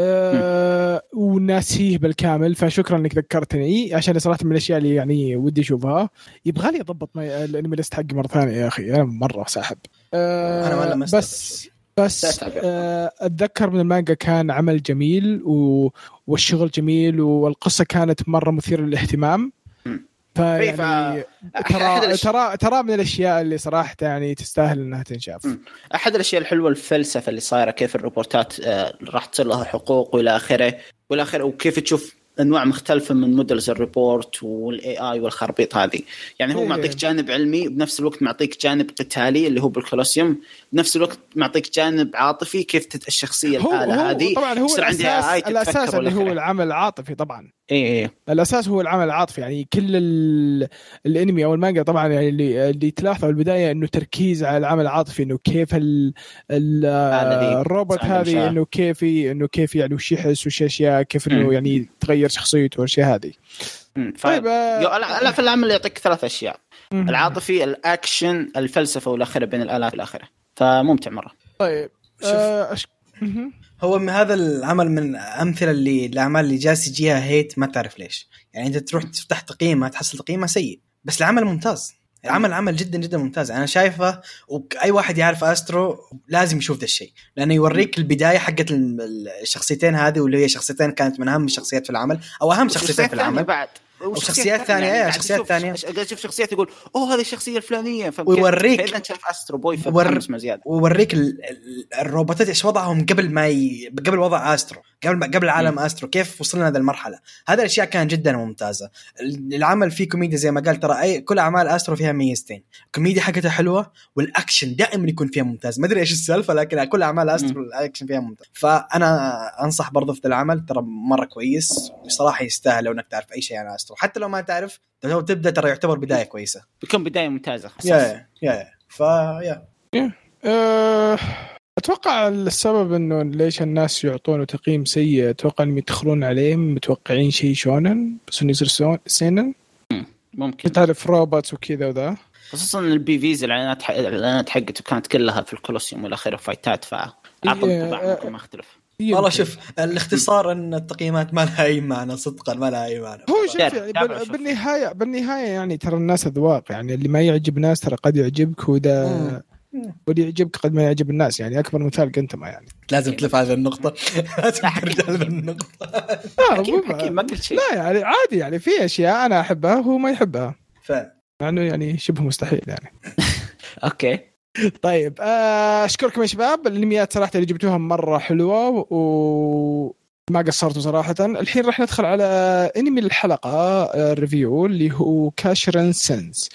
أه وناسيه بالكامل، فشكرا انك ذكرتني، عشان صراحه من الاشياء اللي يعني ودي اشوفها. يبغى لي اضبط الانمي ليست حقي مره ثانيه يا اخي، انا مره ساحب. أه انا ما بس بس أه اتذكر من المانجا كان عمل جميل و... والشغل جميل، والقصه كانت مره مثيره للاهتمام. فيعني ترى ترى ترى من الاشياء اللي صراحه يعني تستاهل انها تنشاف. احد الاشياء الحلوه الفلسفه اللي صايره، كيف الروبوتات راح تصير لها حقوق والى اخره والى اخره، وكيف تشوف انواع مختلفه من مودلز الريبورت والاي اي والخربيط هذه. يعني هو معطيك جانب علمي، بنفس الوقت معطيك جانب قتالي اللي هو بالكولوسيوم، بنفس الوقت معطيك جانب عاطفي، كيف الشخصيه الآلة هذه طبعا هو الاساس, الأساس اللي هو العمل العاطفي طبعا. اي اي الاساس هو العمل العاطفي. يعني كل ال... الانمي او المانجا طبعا يعني اللي اللي تلاحظوا البدايه انه تركيز على العمل العاطفي، انه كيف ال... ال... الروبوت هذه انه كيف انه كيف يعني وش يحس وش اشياء كيف انه يعني تغير شخصيته والاشياء هذه. طيب لا في العمل يعطيك ثلاث اشياء: العاطفي، الاكشن، الفلسفه والاخره بين الالات والاخره. فممتع مره. طيب آه أش... هو من هذا العمل من امثله اللي الاعمال اللي جالس يجيها هيت ما تعرف ليش. يعني انت تروح تفتح تقييمه تحصل تقييمه سيء، بس العمل ممتاز. العمل عمل جدا جدا ممتاز. انا شايفه واي واحد يعرف استرو لازم يشوف ذا الشيء، لانه يوريك البدايه حقت الشخصيتين هذه، واللي هي شخصيتين كانت من اهم الشخصيات في العمل او اهم شخصيتين في العمل بعد. وشخصيات ثانيه يعني شخصيات ثانيه قاعد اشوف شخصيات يقول اوه هذه الشخصيه الفلانيه، ويوريك فاذا انت شايف استرو بوي فبتحمس مزياده، ويوريك الروبوتات ايش وضعهم قبل ما ي... قبل وضع استرو، قبل قبل عالم استرو، كيف وصلنا هذه المرحله. هذا الاشياء كانت جدا ممتازه. العمل فيه كوميديا زي ما قال، ترى اي كل اعمال استرو فيها ميزتين، الكوميديا حقتها حلوه والاكشن دائما يكون فيها ممتاز. ما ادري ايش السالفه، لكن كل اعمال استرو الاكشن فيها ممتاز. فانا انصح برضه في العمل، ترى مره كويس وصراحه يستاهل لو انك تعرف اي شيء عن استرو، حتى لو ما تعرف لو تبدا ترى يعتبر بدايه كويسه، بيكون بدايه ممتازه. يا يا فا يا أه... اتوقع السبب انه ليش الناس يعطونه تقييم سيء، اتوقع انهم يدخلون عليه متوقعين شيء شونن بس انه يصير سينن. ممكن تعرف روبوتس وكذا وذا، خصوصا البي فيز الاعلانات حق... الاعلانات حقته كانت كلها في الكولوسيوم والاخير فايتات، فاعطى انطباع ممكن ما اختلف. والله شوف الاختصار ان التقييمات ما لها اي معنى، صدقا ما لها اي معنى. هو شوف يعني بال... بالنهايه بالنهايه يعني ترى الناس اذواق، يعني اللي ما يعجب ناس ترى قد يعجبك، وده واللي يعجبك قد ما يعجب الناس. يعني اكبر مثال انت ما يعني لازم تلف على النقطه لازم ترجع للنقطه. اكيد ما قلت شيء. لا يعني عادي، يعني في اشياء انا احبها وهو ما يحبها، ف يعني يعني شبه مستحيل يعني. اوكي طيب اشكركم يا شباب، الانميات صراحه اللي جبتوها مره حلوه وما قصرتوا صراحه. الحين راح ندخل على انمي الحلقه الريفيو اللي هو كاشران سنس،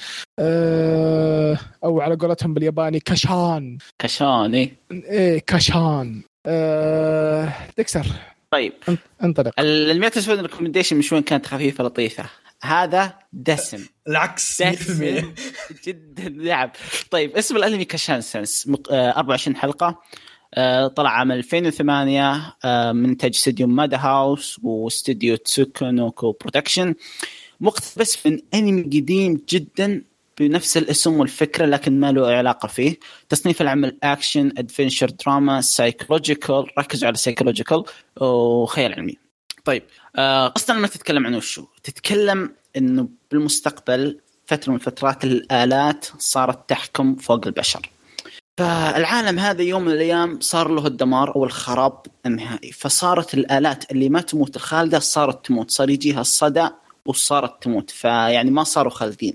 او على قولتهم بالياباني كاشان. كاشان ايه ايه كاشان. أه... دكسر طيب انطلق. الانميات السود الريكومنديشن مش وين كانت خفيفه لطيفه، هذا دسم العكس دسم جدا لعب. طيب اسم الانمي كاشان سنس، أربعة وعشرين حلقه، طلع عام ألفين وثمانية من إنتاج استوديو مادا هاوس واستوديو تسوكونوكو برودكشن، مقتبس من انمي قديم جدا بنفس الاسم والفكره لكن ما له علاقه فيه. تصنيف العمل اكشن ادفنشر دراما سايكولوجيكال، ركزوا على سايكولوجيكال وخيال علمي. طيب اصلا ما تتكلم عن وشو، تتكلم انه بالمستقبل فتره من فترات الالات صارت تحكم فوق البشر، فالعالم هذا يوم من الايام صار له الدمار او الخراب النهائي، فصارت الالات اللي ما تموت الخالده صارت تموت، صار يجيها الصدى وصارت تموت، فيعني ما صاروا خالدين.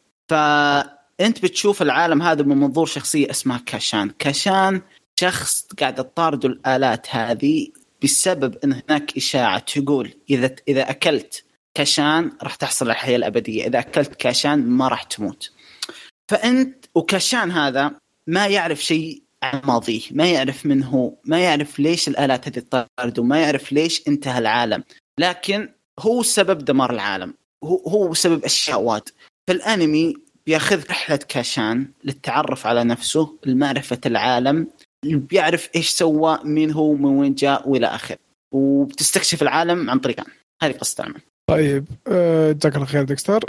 فانت بتشوف العالم هذا من منظور شخصيه اسمها كاشان. كاشان شخص قاعد تطارد الالات هذه بسبب ان هناك اشاعه تقول اذا اذا اكلت كاشان راح تحصل على الحياه الابديه، اذا اكلت كاشان ما راح تموت. فانت وكاشان هذا ما يعرف شيء عن ماضيه، ما يعرف من هو، ما يعرف ليش الآلات هذه تطارد، وما يعرف ليش انتهى العالم، لكن هو سبب دمار العالم، هو هو سبب أشياء واد. فالأنمي بياخذ رحلة كاشان للتعرف على نفسه، لمعرفة العالم، بيعرف إيش سوى، مين هو، من وين جاء وإلى آخر، وبتستكشف العالم عن طريقان. هذه قصة العمل. طيب جزاك الله خير دكتور.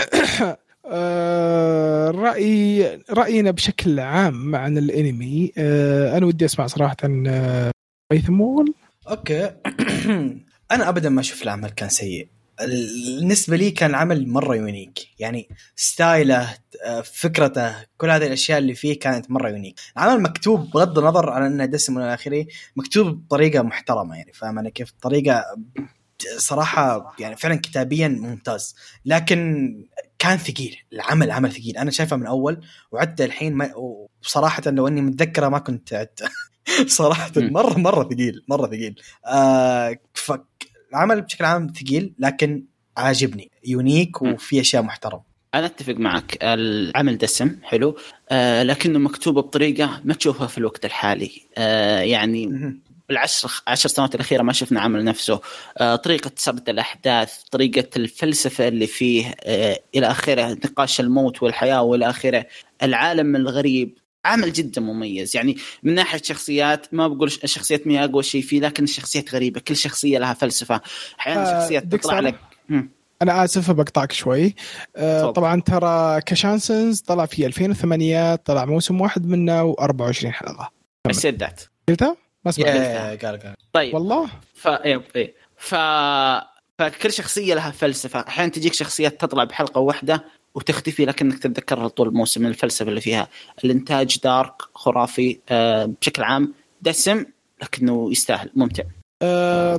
أه رأي رأينا بشكل عام عن الانمي. أه انا ودي اسمع صراحه هيثمول. اوكي انا ابدا ما اشوف العمل كان سيء، بالنسبه لي كان العمل مره يونيك، يعني ستايله فكرته كل هذه الاشياء اللي فيه كانت مره يونيك. العمل مكتوب بغض النظر عن انه دسم الى اخره، مكتوب بطريقه محترمه، يعني فاهم انا كيف، طريقه صراحه يعني فعلا كتابيا ممتاز، لكن كان ثقيل العمل، عمل ثقيل. انا شايفه من اول وعدت الحين ما، وصراحه لو اني متذكره ما كنت عدت صراحه مره مره ثقيل مره ثقيل. آه العمل بشكل عام ثقيل لكن عاجبني، يونيك وفي اشياء محترمه. انا اتفق معك، العمل دسم حلو، آه لكنه مكتوب بطريقه ما تشوفها في الوقت الحالي. آه يعني بالعشر عشر سنوات الأخيرة ما شفنا عمل نفسه. آه، طريقة سرد الأحداث، طريقة الفلسفة اللي فيه آه، إلى آخره، نقاش الموت والحياة وإلى آخره، العالم الغريب، عمل جدا مميز. يعني من ناحية شخصيات ما بقول الشخصيات مية أقوى شيء فيه، لكن الشخصيات غريبة، كل شخصية لها فلسفة. أحيانا آه شخصيات تطلع لك. أنا آسف بقطعك شوي. آه طبعا ترى كشانسنز طلع في ألفين وثمانية، طلع موسم واحد منه وأربعة وعشرين حلقة. بس يدات قلتها ما سمعت. قال قال طيب والله ف إيه ف فكل شخصية لها فلسفة. أحيانا تجيك شخصيات تطلع بحلقة واحدة وتختفي، لكنك تتذكرها طول الموسم من الفلسفة اللي فيها. الإنتاج دارك خرافي آه بشكل عام، دسم لكنه يستاهل، ممتع. آه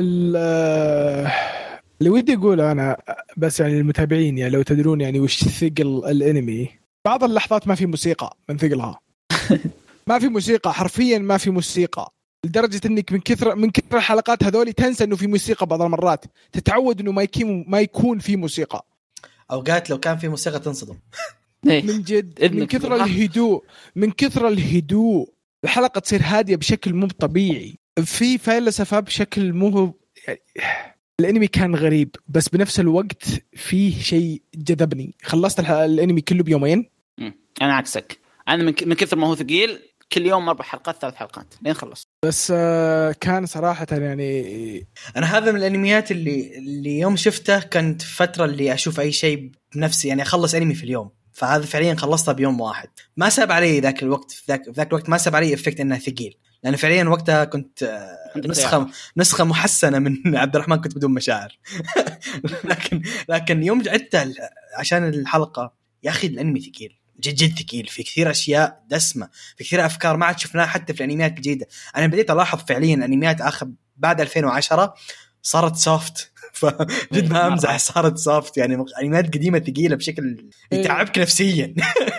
اللي ودي أقوله أنا بس يعني المتابعين، يعني لو تدرون يعني وش ثقل الأنمي، بعض اللحظات ما في موسيقى من ثقلها. ما في موسيقى حرفيا، ما في موسيقى، لدرجة انك من كثر من كثر الحلقات هذولي تنسى انه في موسيقى. بعض المرات تتعود انه ما يكون ما يكون في موسيقى. اوقات لو كان في موسيقى تنصدم. من جد من كثر الهدوء، من كثر الهدوء الحلقة تصير هادية بشكل مو طبيعي. في فلسفة بشكل مو يعني. الانمي كان غريب بس بنفس الوقت فيه شيء جذبني. خلصت الانمي كله بيومين. انا عكسك، انا من كثر ما هو ثقيل كل يوم أربع حلقات ثلاث حلقات لين خلص. بس كان صراحة يعني أنا هذا من الأنميات اللي اللي يوم شفته كانت فترة اللي أشوف أي شيء بنفسي، يعني أخلص أنمي في اليوم. فهذا فعليا خلصته بيوم واحد. ما ساب علي ذاك الوقت، ذاك ذاك الوقت ما ساب علي إفكت إنه ثقيل، لأن فعليا وقتها كنت نسخة نسخة محسنة من عبد الرحمن، كنت بدون مشاعر. لكن لكن يوم عدت عشان الحلقة، يا أخي الأنمي ثقيل جد جد ثقيل، في كثير أشياء دسمة، في كثير أفكار ما عاد شفناها حتى في الأنميات الجديدة. أنا بديت ألاحظ فعليا الأنميات آخر بعد ألفين وعشرة صارت سوفت، فجد ما أمزح، صارت سوفت. يعني أنميات قديمة ثقيلة بشكل يتعبك نفسيا.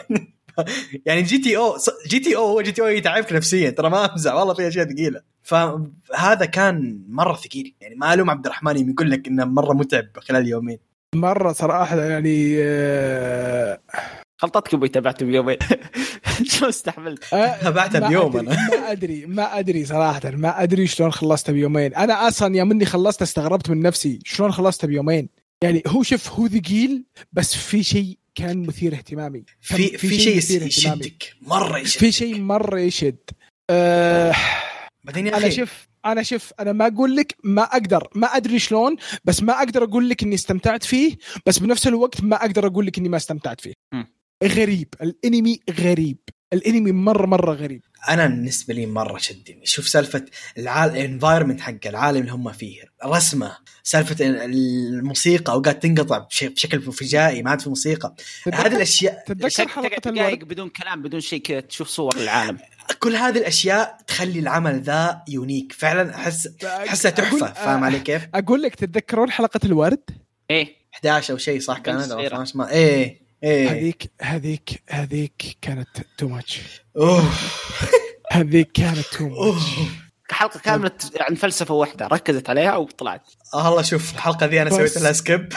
يعني جي تي أو جي تي أو جي تي أو يتعبك نفسيا، ترى ما أمزح والله، في أشياء ثقيلة. فهذا كان مرة ثقيل، يعني ما ألوم عبد الرحمن يقول لك إنه مرة متعب خلال يومين. مرة صراحة يعني آه خلطتك ابوي، تابعته بيومين. شو استحملت؟ تابعته بيوم. أدري انا ما ادري ما ادري صراحه ما ادري شلون خلصته بيومين. انا اصلا يا مني خلصت استغربت من نفسي شلون خلصته بيومين. يعني هو شوف هو ثقيل بس في شيء كان مثير اهتمامي، في في شيء يشدك مره، يشدك في شيء مره يشد. أه بعدين يا انا اخي شوف انا شوف انا ما اقول لك ما اقدر، ما ادري شلون، بس ما اقدر اقول لك اني استمتعت فيه، بس بنفس الوقت ما اقدر اقول لك اني ما استمتعت فيه. م. غريب الانمي، غريب الانمي مره مره غريب. انا بالنسبه لي مره شدني. شوف سالفه العالم، الانفايرمنت حق العالم اللي هم فيه، رسمه، سالفه الموسيقى اوقات تنقطع بشكل فجائي، ما عاد في موسيقى. هذه الاشياء تتذكر حلقه الورد بدون كلام بدون شيء كذا تشوف صور العالم. كل هذه الاشياء تخلي العمل ذا يونيك فعلا. احس احسها تحفه. فاهم علي كيف؟ اقول لك تتذكرون حلقه الورد ايه إحدى عشر او شيء صح كانت او اثنا عشر ما ايه ايه هذيك هذيك هذيك كانت تو ماتش. اوه هذيك كانت تو ماتش. حلقه كامله عن فلسفه واحده ركزت عليها وطلعت. الله شوف الحلقه ذي انا سويت لها سكيب.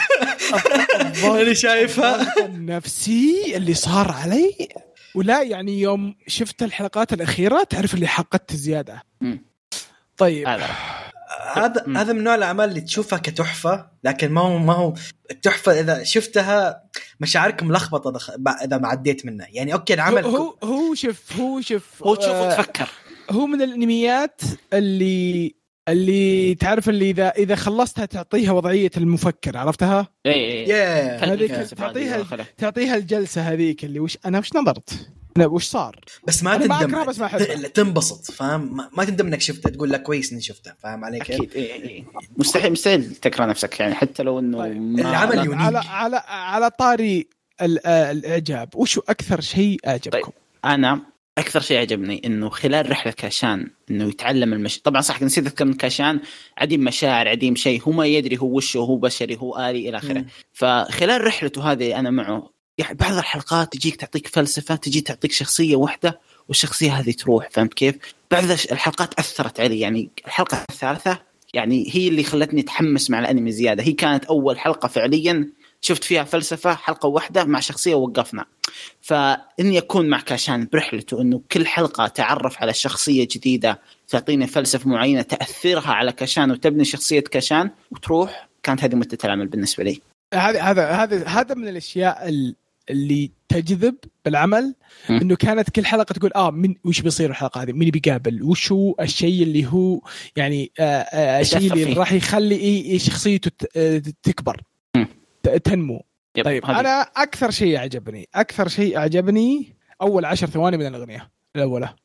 انا شايفها نفسي اللي صار علي. ولا يعني يوم شفت الحلقات الأخيرة تعرف اللي حققت زيادة. طيب هذا هذا هذا من نوع الأعمال اللي تشوفها كتحفة، لكن ما هو ما هو التحفة إذا شفتها مشاعرك ملخبطة إذا ما عديت منها. يعني أوكي العمل هو هو شوف هو شوف هو تشوف وتفكر. هو من الأنميات اللي اللي تعرف اللي إذا إذا خلصتها تعطيها وضعية المفكر، عرفتها؟ إيه yeah. هذيك تعطيها تعطيها الجلسة هذيك اللي وش أنا وش نظرت أنا وش صار، بس ما تندم بس ما تنبسط. فاهم؟ ما, ما تندم إنك شفته، تقول لك كويس إني شفته. فاهم عليك؟ أكيد. إيه إيه. مستحيل مستحيل تكره نفسك يعني حتى لو إنه طيب. العمل يونيك. على على على طاري الإعجاب، وشو أكثر شيء أعجبكم؟ طيب. أنا أكثر شيء عجبني إنه خلال رحلة كاشان إنه يتعلم المش. طبعا صح نسيت أذكر من كاشان عديم مشاعر، عديم شيء، هو ما يدري هو وشه، هو بشري، هو آلي إلى آخره. فخلال رحلته هذه أنا معه يعني بعض الحلقات تجيك تعطيك فلسفة، تجي تعطيك شخصية واحدة والشخصية هذه تروح. فهمت كيف؟ بعض الحلقات أثرت علي. يعني الحلقة الثالثة يعني هي اللي خلتني أتحمس مع الأنمي زيادة. هي كانت أول حلقة فعليا شفت فيها فلسفة حلقة واحدة مع شخصية ووقفنا. فإني أكون مع كاشان برحلته إنه كل حلقة تعرف على شخصية جديدة تعطيني فلسفة معينة تأثيرها على كاشان وتبني شخصية كاشان وتروح، كانت هذه مدة العمل بالنسبة لي. هذا هذا هذا هذا من الأشياء اللي تجذب بالعمل، إنه كانت كل حلقة تقول آه من وش بيصير الحلقة هذه، مين بيقابل، وش هو الشيء اللي هو يعني آه آه الشيء اللي راح يخلي إيه شخصيته تكبر تنمو. يب. طيب هذه. أنا أكثر شيء أعجبني أكثر شيء أعجبني أول عشر ثواني من الأغنية الأولى.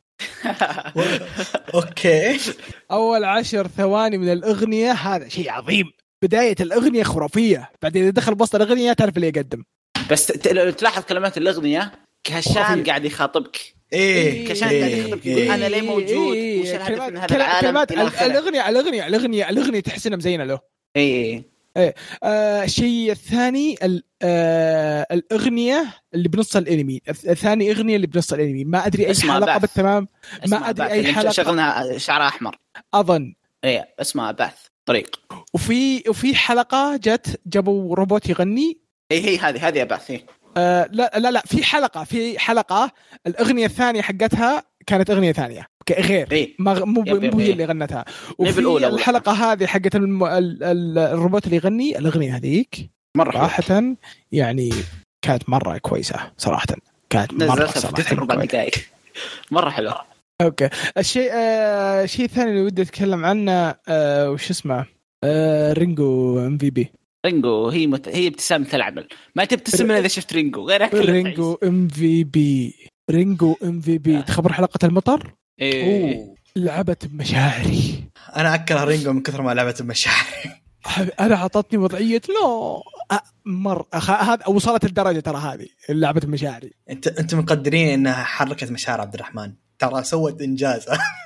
أوكي. أول عشر ثواني من الأغنية هذا شيء عظيم. بداية الأغنية خرافية، بعدين إذا دخل بوسط الأغنية تعرف اللي يقدم. بس تلاحظ كلمات الأغنية كاشان قاعد يخاطبك. إيه كاشان قاعد يخاطبك يقول إيه. أنا ليه موجود إيه. وش الهدف كلمات من هذا العالم. كلمات الأغنية الأغنية الأغنية الأغنية تحسنا مزينة له. إيه إيه. آه الشيء الثاني آه الأغنية اللي بنص الأنمي، الثاني أغنية اللي بنص الأنمي ما أدري أي حلقة بالتمام، ما أدري أي حلقة. شغلنا شعر أحمر أظن. إيه اسمها باث طريق. وفي وفي حلقة جت جابوا روبوت يغني. إيه هي هذه هذه باث. إيه. آه لا لا لا في حلقة في حلقة الأغنية الثانية حقتها كانت أغنية ثانية غير إيه. ما مو مو هي اللي غنتها. وفي الحلقة هذه حقت الم... ال... ال... الروبوت اللي يغني الأغنية هذيك مرة صراحة يعني كانت مرة كويسة صراحة، كانت مرة صراحة مرة حلوة. أوكي. الشيء آه... الشيء الثاني اللي ودي أتكلم عنه آه... وش اسمه آه... رينجو ام في بي. رينجو هي مت... هي ابتسامة العمل، ما تبتسم إذا شفت رينجو غيرها كله. رينجو ام في بي رينجو ام في بي تخبر حلقة المطر؟ إيه. لعبت بمشاعري. أنا أكره رينجو من كثر ما لعبت بمشاعري. أنا عطتني وضعية لا مر أخ... هذا وصلت الدرجة ترى هذه لعبة بمشاعري. أنت أنت مقدرين إنها حركت مشاعر عبد الرحمن، ترى سوت إنجاز.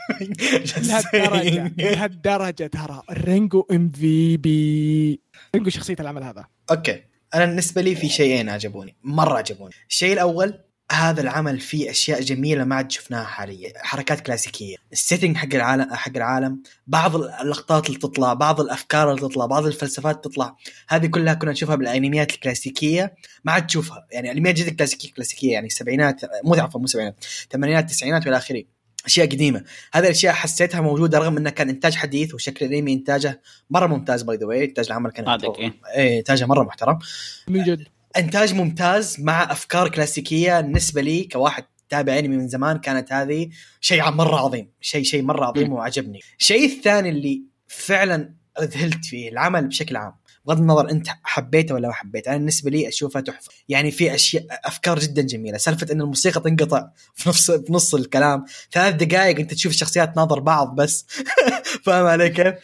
لهالدرجة لهالدرجة ترى رينجو ام في بي رينجو شخصية العمل هذا. أوكي أنا بالنسبة لي في شيئين عجبوني مرة عجبوني. الشيء الأول هذا العمل فيه أشياء جميلة ما عاد شفناها حاليا، حركات كلاسيكية، السيتنج حق العالم حق العالم، بعض اللقطات اللي تطلع، بعض الأفكار اللي تطلع، بعض الفلسفات تطلع، هذه كلها كنا نشوفها بالأنميات الكلاسيكية ما عاد تشوفها. يعني أنميات جدا كلاسيكية كلاسيكية يعني السبعينات مو عفوا مو سبعينات ثمانينات تسعينات والى آخره، أشياء قديمة. هذه الأشياء حسيتها موجودة رغم أنه كان إنتاج حديث وشكل الأنمي إنتاجه مرة ممتاز. باي ذا واي إنتاج العمل كان إيه إنتاجه مرة محترم من جد، إنتاج ممتاز مع أفكار كلاسيكية. بالنسبة لي كواحد تابع أنمي من زمان كانت هذه شيء مرة عظيم، شيء شيء مرة عظيم وعجبني. الشيء الثاني اللي فعلا ذهلت فيه العمل بشكل عام، بغض النظر أنت حبيته ولا ما حبيته، أنا بالنسبة لي أشوفها تحفة. يعني في أشياء أفكار جدا جميلة، سالفة أن الموسيقى تنقطع في نص في نص الكلام ثلاث دقائق أنت تشوف الشخصيات ناظر بعض بس. فاهم علي كيف؟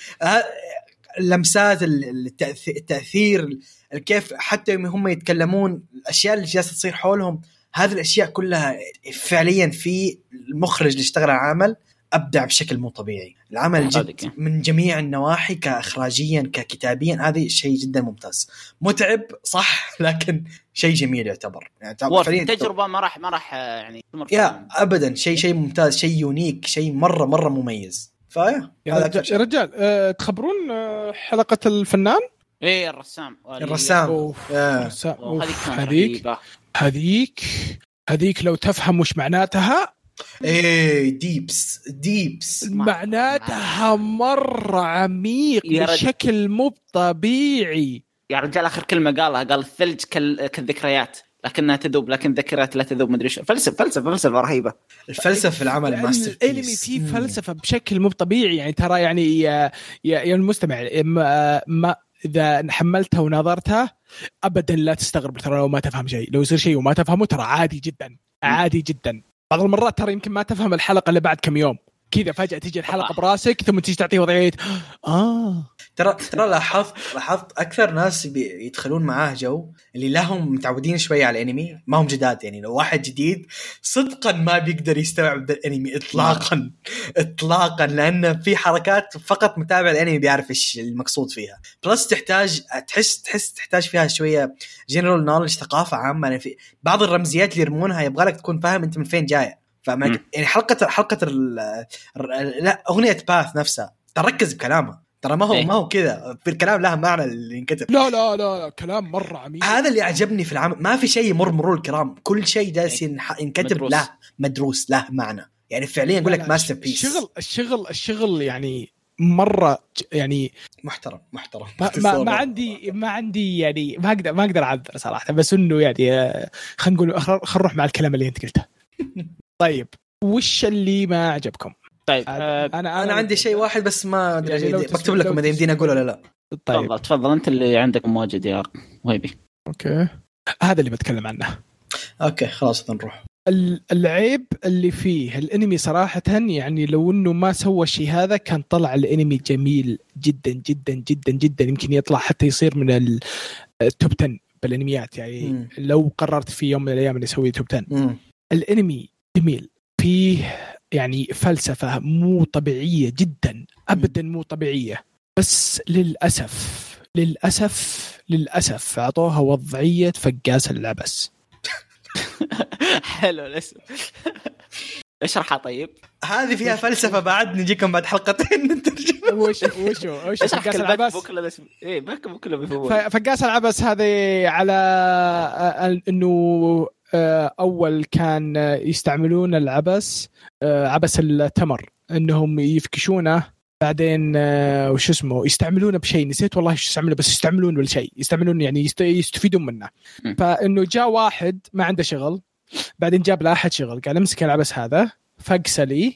اللمسات التأثير كيف حتى يوم هم يتكلمون الأشياء اللي جالسة تصير حولهم، هذه الأشياء كلها فعليا في المخرج اللي اشتغل على العمل أبدع بشكل مو طبيعي. العمل جد من جميع النواحي، كإخراجيا ككتابيا هذه شيء جدا ممتاز. متعب صح لكن شيء جميل يعتبر يعني تجربة ما راح ما راح يعني يا أبدا شيء شيء ممتاز، شيء يونيك، شيء مرة مرة مميز. فيا يا رجال أه تخبرون أه حلقة الفنان ايه الرسام الرسام هذيك هذيك هذيك لو تفهم وش معناتها ايه ديبس ديبس معناتها مرة عميق بشكل مو طبيعي يا رجال. آخر كلمة قالها قال الثلج كالذكريات لكنها تذوب لكن ذكريات لا تذوب. مدري شو فلسفة فلسفة فلسفة رهيبة. الفلسفة في العمل ماستر بيس. الانمي فيه فلسفة بشكل مو طبيعي يعني ترى يعني يا يا المستمع ما, ما إذا حملتها ونظرتها أبدا لا تستغرب ترى لو ما تفهم شيء. لو يصير شيء وما تفهمه ترى عادي جدا عادي جدا. بعض المرات ترى يمكن ما تفهم الحلقة اللي بعد كم يوم كذا فجأة تيجي الحلقة براسك ثم تيجي تعطيه وضعية آه ترى ترى لاحظت لاحظت أكثر ناس يدخلون معاه جو اللي لهم متعودين شوية على الأنمي ما هم جداد. يعني لو واحد جديد صدقا ما بيقدر يستوعب الأنمي إطلاقا إطلاقا لأن في حركات فقط متابع الأنمي بيعرف إيش المقصود فيها. بلس تحتاج تحس تحس تحتاج فيها شوية جنرال نولج ثقافة عامة. يعني في بعض الرمزيات اللي يرمونها يبغالك تكون فاهم أنت من فين جاية. فما يعني حلقة حلقة ال لا أغنية باث نفسها تركز بكلامها ترى ما هو إيه؟ ما هو كذا في الكلام لها معنى اللي ينكتب. لا لا لا, لا كلام مرة عميق. هذا اللي عجبني في العمل، ما في شيء يمر مرور الكرام، كل شيء جالس ينكتب مدروس. له مدروس له معنى، يعني فعليا أقول لك ماستر بيس. الشغل الشغل الشغل يعني مرة يعني محترم محترم. ما, ما, ما عندي ما عندي يعني ما أقدر ما أقدر أعبر صراحة، بس إنه يعني خلينا نقول خلينا نروح مع الكلام اللي أنت قلته. طيب وش اللي ما عجبكم؟ طيب أنا أنا, أنا, أنا عندي شيء واحد بس ما أدري يعني بكتب لكم إذا يمديني أقول ولا لا. طيب تفضل تفضل أنت اللي عندك مواجد يا وهيبي. أوكي هذا اللي بتكلم عنه. أوكي خلاص نروح. العيب اللي فيه الانمي صراحة، يعني لو انه ما سوى شيء هذا كان طلع الانمي جميل جدا جدا جدا جدا، يمكن يطلع حتى يصير من التوب عشرة بالانميات يعني. م. لو قررت في يوم من الايام اني اسوي توب عشرة. م. الانمي جميل فيه يعني فلسفة مو طبيعية جدا ابدا، مو طبيعية، بس للأسف للأسف للأسف أعطوها وضعية فقاس العبس. حلو الاسم. اشرحها طيب. هذه فيها فلسفة بعد، نجيكم بعد حلقتين نترجم. وش وش وش فقاس العبس بكل الاسم ايه بكم كله بيفهم. فقاس العبس هذه على انه اول كان يستعملون العبس، عبس التمر، انهم يفكشونه، بعدين وش اسمه يستعملونه بشيء نسيت والله ايش يستعملونه، بس يستعملونه بالشيء يستعملون يعني يستفيدون منه. فانه جاء واحد ما عنده شغل، بعدين جاب له احد شغل، قال امسك العبس هذا فقسه لي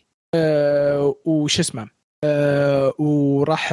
أه وش اسمه أه وراح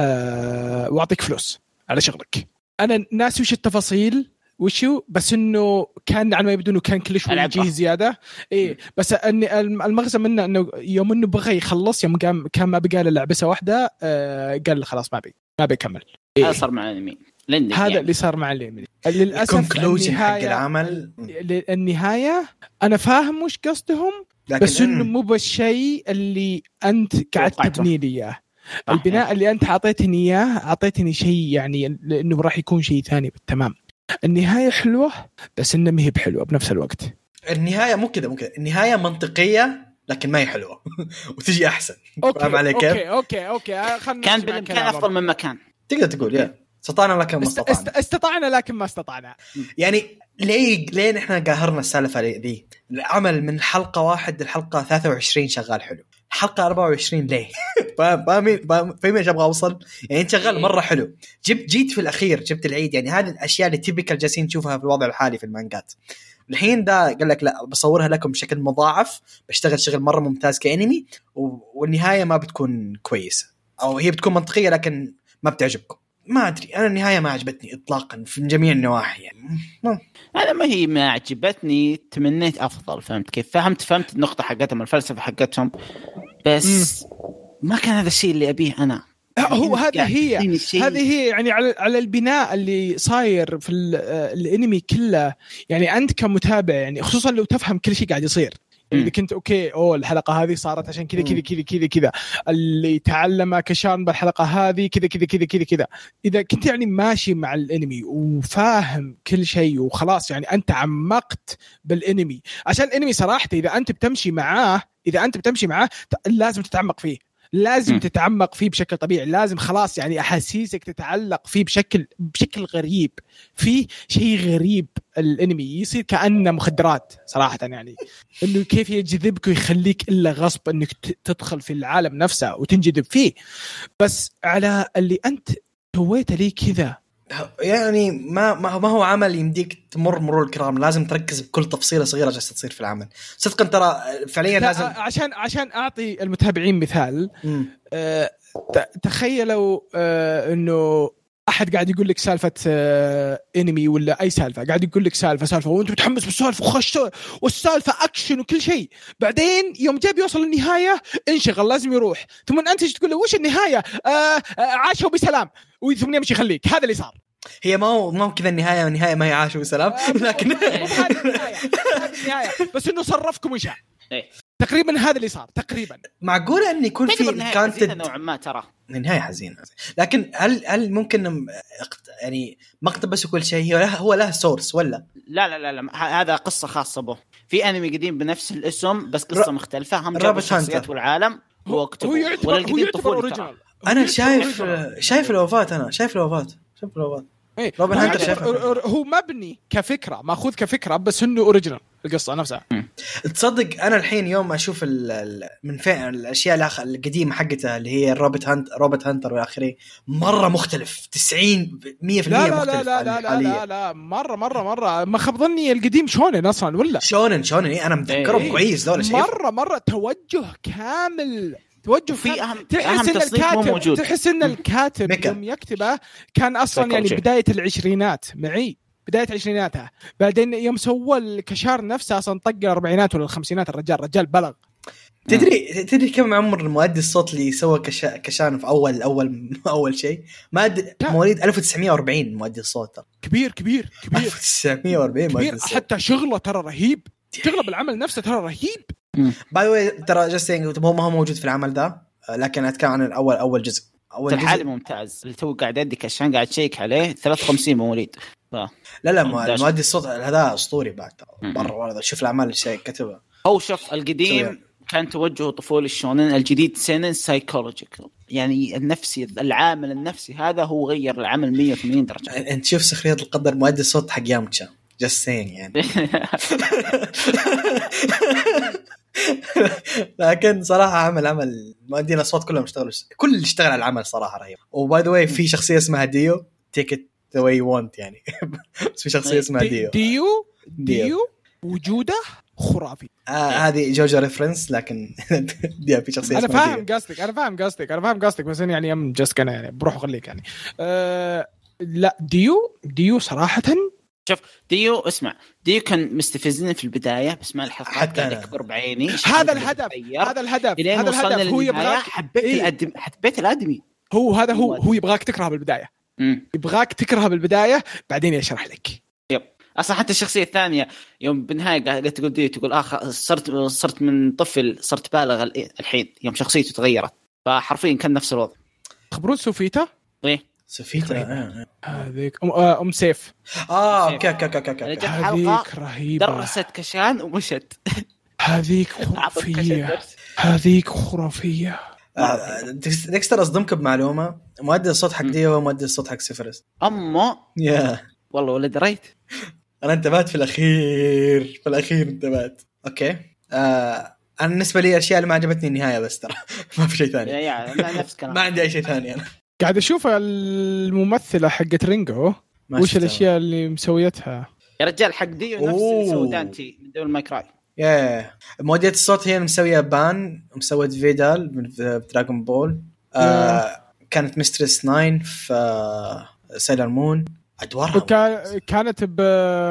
أه واعطيك فلوس على شغلك. انا ناسي وش التفاصيل وشو، بس انه كان على ما يبدو انه كان كل شوي يجي زياده. ايه بس اني المغزى منه انه يوم انه بغى يخلص، يوم كان كان ما بقى له لعبه واحده آه قال خلاص ما بي ما بيكمل. إيه؟ هذا صار مع الانمي، هذا يعني. اللي صار مع الانمي للاسف. النهايه العمل النهايه انا فاهم وش قصدهم، بس انه مو بالشيء اللي انت قاعد تبني لي اياه. البناء اللي انت اعطيتني اياه اعطيتني شيء يعني انه راح يكون شيء ثاني بالتمام. النهاية حلوة بس إنها ما هي بحلوة بنفس الوقت. النهاية مو كذا مو كذا، النهاية منطقية لكن ما هي حلوة وتجي أحسن. فاهم علي كيف؟ أوكي أوكي أوكي خلنا كان بالإمكان أفضل من مكان. تقدر تقول يا استطعنا لكن ما استطعنا. است... استطعنا لكن ما استطعنا. يعني ليه لين إحنا قاهرنا السالفة ذي. العمل من حلقة واحد للحلقة ثلاثة وعشرين شغال حلو، حلقة أربعة وعشرين ليه؟ فاهمين فاهمين ايش ابغى اوصل؟ يعني انت شغال مره حلو، جبت جيت في الاخير جبت العيد، يعني هذه الاشياء اللي تيبيكال جالسين نشوفها في الوضع الحالي في المانجات. الحين ده قال لك لا بصورها لكم بشكل مضاعف، بشتغل شغل مره ممتاز كانمي، والنهايه ما بتكون كويسه او هي بتكون منطقيه لكن ما بتعجبكم. ما ادري انا النهايه ما عجبتني اطلاقا في جميع النواحي يعني. انا ما هي ما عجبتني، تمنيت افضل. فهمت كيف؟ فهمت فهمت النقطه حقتهم، الفلسفه حقتهم، بس م. ما كان هذا الشيء اللي أبيه أنا. هو هذا هي هذه هي يعني على على البناء اللي صاير في الانمي كله. يعني أنت كمتابع يعني خصوصا لو تفهم كل شيء قاعد يصير، إذا كنت أوكي أوه الحلقة هذه صارت عشان كذا كذا كذا كذا كذا، اللي تعلم كشان بالحلقة هذه كذا كذا كذا كذا كذا. إذا كنت يعني ماشي مع الانمي وفاهم كل شيء وخلاص، يعني أنت عمقت بالانمي. عشان الانمي صراحة إذا أنت بتمشي معاه إذا أنت بتمشي معاه لازم تتعمق فيه، لازم م. تتعمق فيه بشكل طبيعي، لازم خلاص يعني أحاسيسك تتعلق فيه بشكل بشكل غريب. فيه شيء غريب الانمي يصير كأنه مخدرات صراحة، يعني انه كيف يجذبك ويخليك الا غصب انك تدخل في العالم نفسه وتنجذب فيه. بس على اللي انت سويته ليه كذا، يعني ما ما هو عمل يمديك تمر مرور الكرام، لازم تركز بكل تفصيلة صغيرة جالسة تصير في العمل. صدقا ترى فعليا لازم عشان عشان أعطي المتابعين مثال. أه تخيلوا أه إنه أحد قاعد يقول لك سالفة أه انمي ولا أي سالفة، قاعد يقول لك سالفة سالفة وأنت متحمس بالسالفة وخش والسالفة أكشن وكل شيء، بعدين يوم جاب يوصل للنهاية انشغل لازم يروح، ثم أنت تقول له وش النهاية؟ أه عاشوا بسلام وثم يمشي يخليك. هذا اللي صار. هي ما هو ما هو كذا النهاية، والنهاية ما هي عاشوا بسلام، لكن هذه النهاية النهاية بس إنه صرفكم وشاء تقريبا. هذا اللي صار تقريبا. معقولة أن يكون في كانت نوعا ما ترى نهاية حزينة، لكن هل هل ممكن يعني مقتبس وكل شيء هو له هو له سورس ولا لا لا لا, لا. هذا قصة خاصة به، في أنمي قديم بنفس الاسم بس قصة ر... مختلفة، هم جابوا الشخصيات والعالم هو هو يعتبر, هو يعتبر أوريجينال. انا شايف شايف الوفاة انا شايف الوفاة شايف الوفاة إيه. روبن هانتر شايف هو مبني كفكره ماخوذ كفكره بس انه اوريجينال القصه نفسها. تصدق انا الحين يوم اشوف ال ال من فين الاشياء القديمه حقتها اللي هي روبوت هانت روبوت هانتر والاخري مره مختلف تسعين مية بالمية لا مختلف لا لا لا, لا لا لا مره مره مره ما خبضني القديم شونن اصلا ولا شونن شونن إيه انا متذكرهم إيه. كويس دول شيء مره مره توجه كامل توجه في أهم تحس ان الكاتب تحس ان الكاتب يوم يكتبه كان اصلا يعني بدايه العشرينات معي بدايه عشريناتها بعدين يوم سوى الكشار نفسه اصلا طق الاربعينات ولا الخمسينات الرجال رجال بلغ. تدري تدري كم عمر المؤدي الصوت اللي سوى كشا كشان في اول اول اول شيء ما مواليد ألف وتسعمية وأربعين مؤدي الصوت كبير كبير كبير ألف وتسعمية وأربعين كبير حتى شغله ترى رهيب شغله بالعمل نفسه ترى رهيب. باي ذا واي ترى جاستين هو ما هو موجود في العمل ده لكن اتكلم عن الاول اول جزء اول جزء الحالي ممتاز اللي تو قاعد اديك عشان قاعد تشيك عليه ثلاثة وخمسين مواليد ف... لا لا المؤدي الصوت هذا اسطوري بعد برا ورا شوف الاعمال اللي كتبها هو شوف القديم سوية. كان توجهه طفولي الشونن الجديد سينن سايكولوجيكال يعني النفسي العامل النفسي هذا هو غير العمل مية وثمانين درجة. انت شوف سخرية القدر مؤدي الصوت حق يامتشا جسين يعني لكن صراحة عمل عمل مؤدين الأصوات كلهم اشتغلوا كل اللي اشتغل على العمل صراحة رهيب. وباي ذا واي في شخصية اسمها ديو take it the way you want يعني بس في شخصية اسمها ديو ديو ديو وجوده خرافي. آه هذه جوجو ريفرنس لكن دي في شخصية أنا فاهم قصدك أنا فاهم قصدك أنا فاهم قصدك بس يعني أم جسك أنا يعني بروح أخليك يعني أه لا ديو ديو صراحة شوف ديو اسمع ديو كان مستفزني في البداية بس مع الحلقات قاعد يكبر بعيني هذا الهدف هذا الهدف هذا الهدف هو يبغاك حبيت إيه؟ الأدم حبيت الآدمي هو هذا هو هو يبغاك تكرهه بالبداية مم. يبغاك تكرهه بالبداية بعدين يشرح لك. يب أصلا حتى الشخصية الثانية يوم بالنهاية قاعد تقول ديو تقول آخر صرت صرت من طفل صرت بالغ الحين يوم شخصيته تغيرت فحرفيا كان نفس الوضع. خبرون سوفيتا إيه سوفيتا هذيك آه ام سيف اه اوكي اوكي اوكي هذيك رهيبه درست كشان ومشت هذيك خرافيه هذيك خرافيه. ديكستر اصدمك بمعلومه مؤدي الصوت حق ديو هو مؤدي الصوت حق سيفرس اما يا والله ولا دريت انا انتبهت في الاخير في الاخير انتبهت. اوكي آه انا بالنسبه لي الاشياء اللي ما عجبتني النهايه بس ترى ما في شيء ثاني يعني نفس كلام ما عندي اي شيء ثاني انا قاعد اشوف الممثله حقت رينجو وش الاشياء اللي مسويتها يا رجال حق ديو نفس اللي سوى دانتي من دول ماي كراي. يا مؤدية الصوت هي مسويه بان مسويه فيدال من دراغون بول آه كانت مسترس تسعة في سيلر مون ادوارها وكا... كانت ب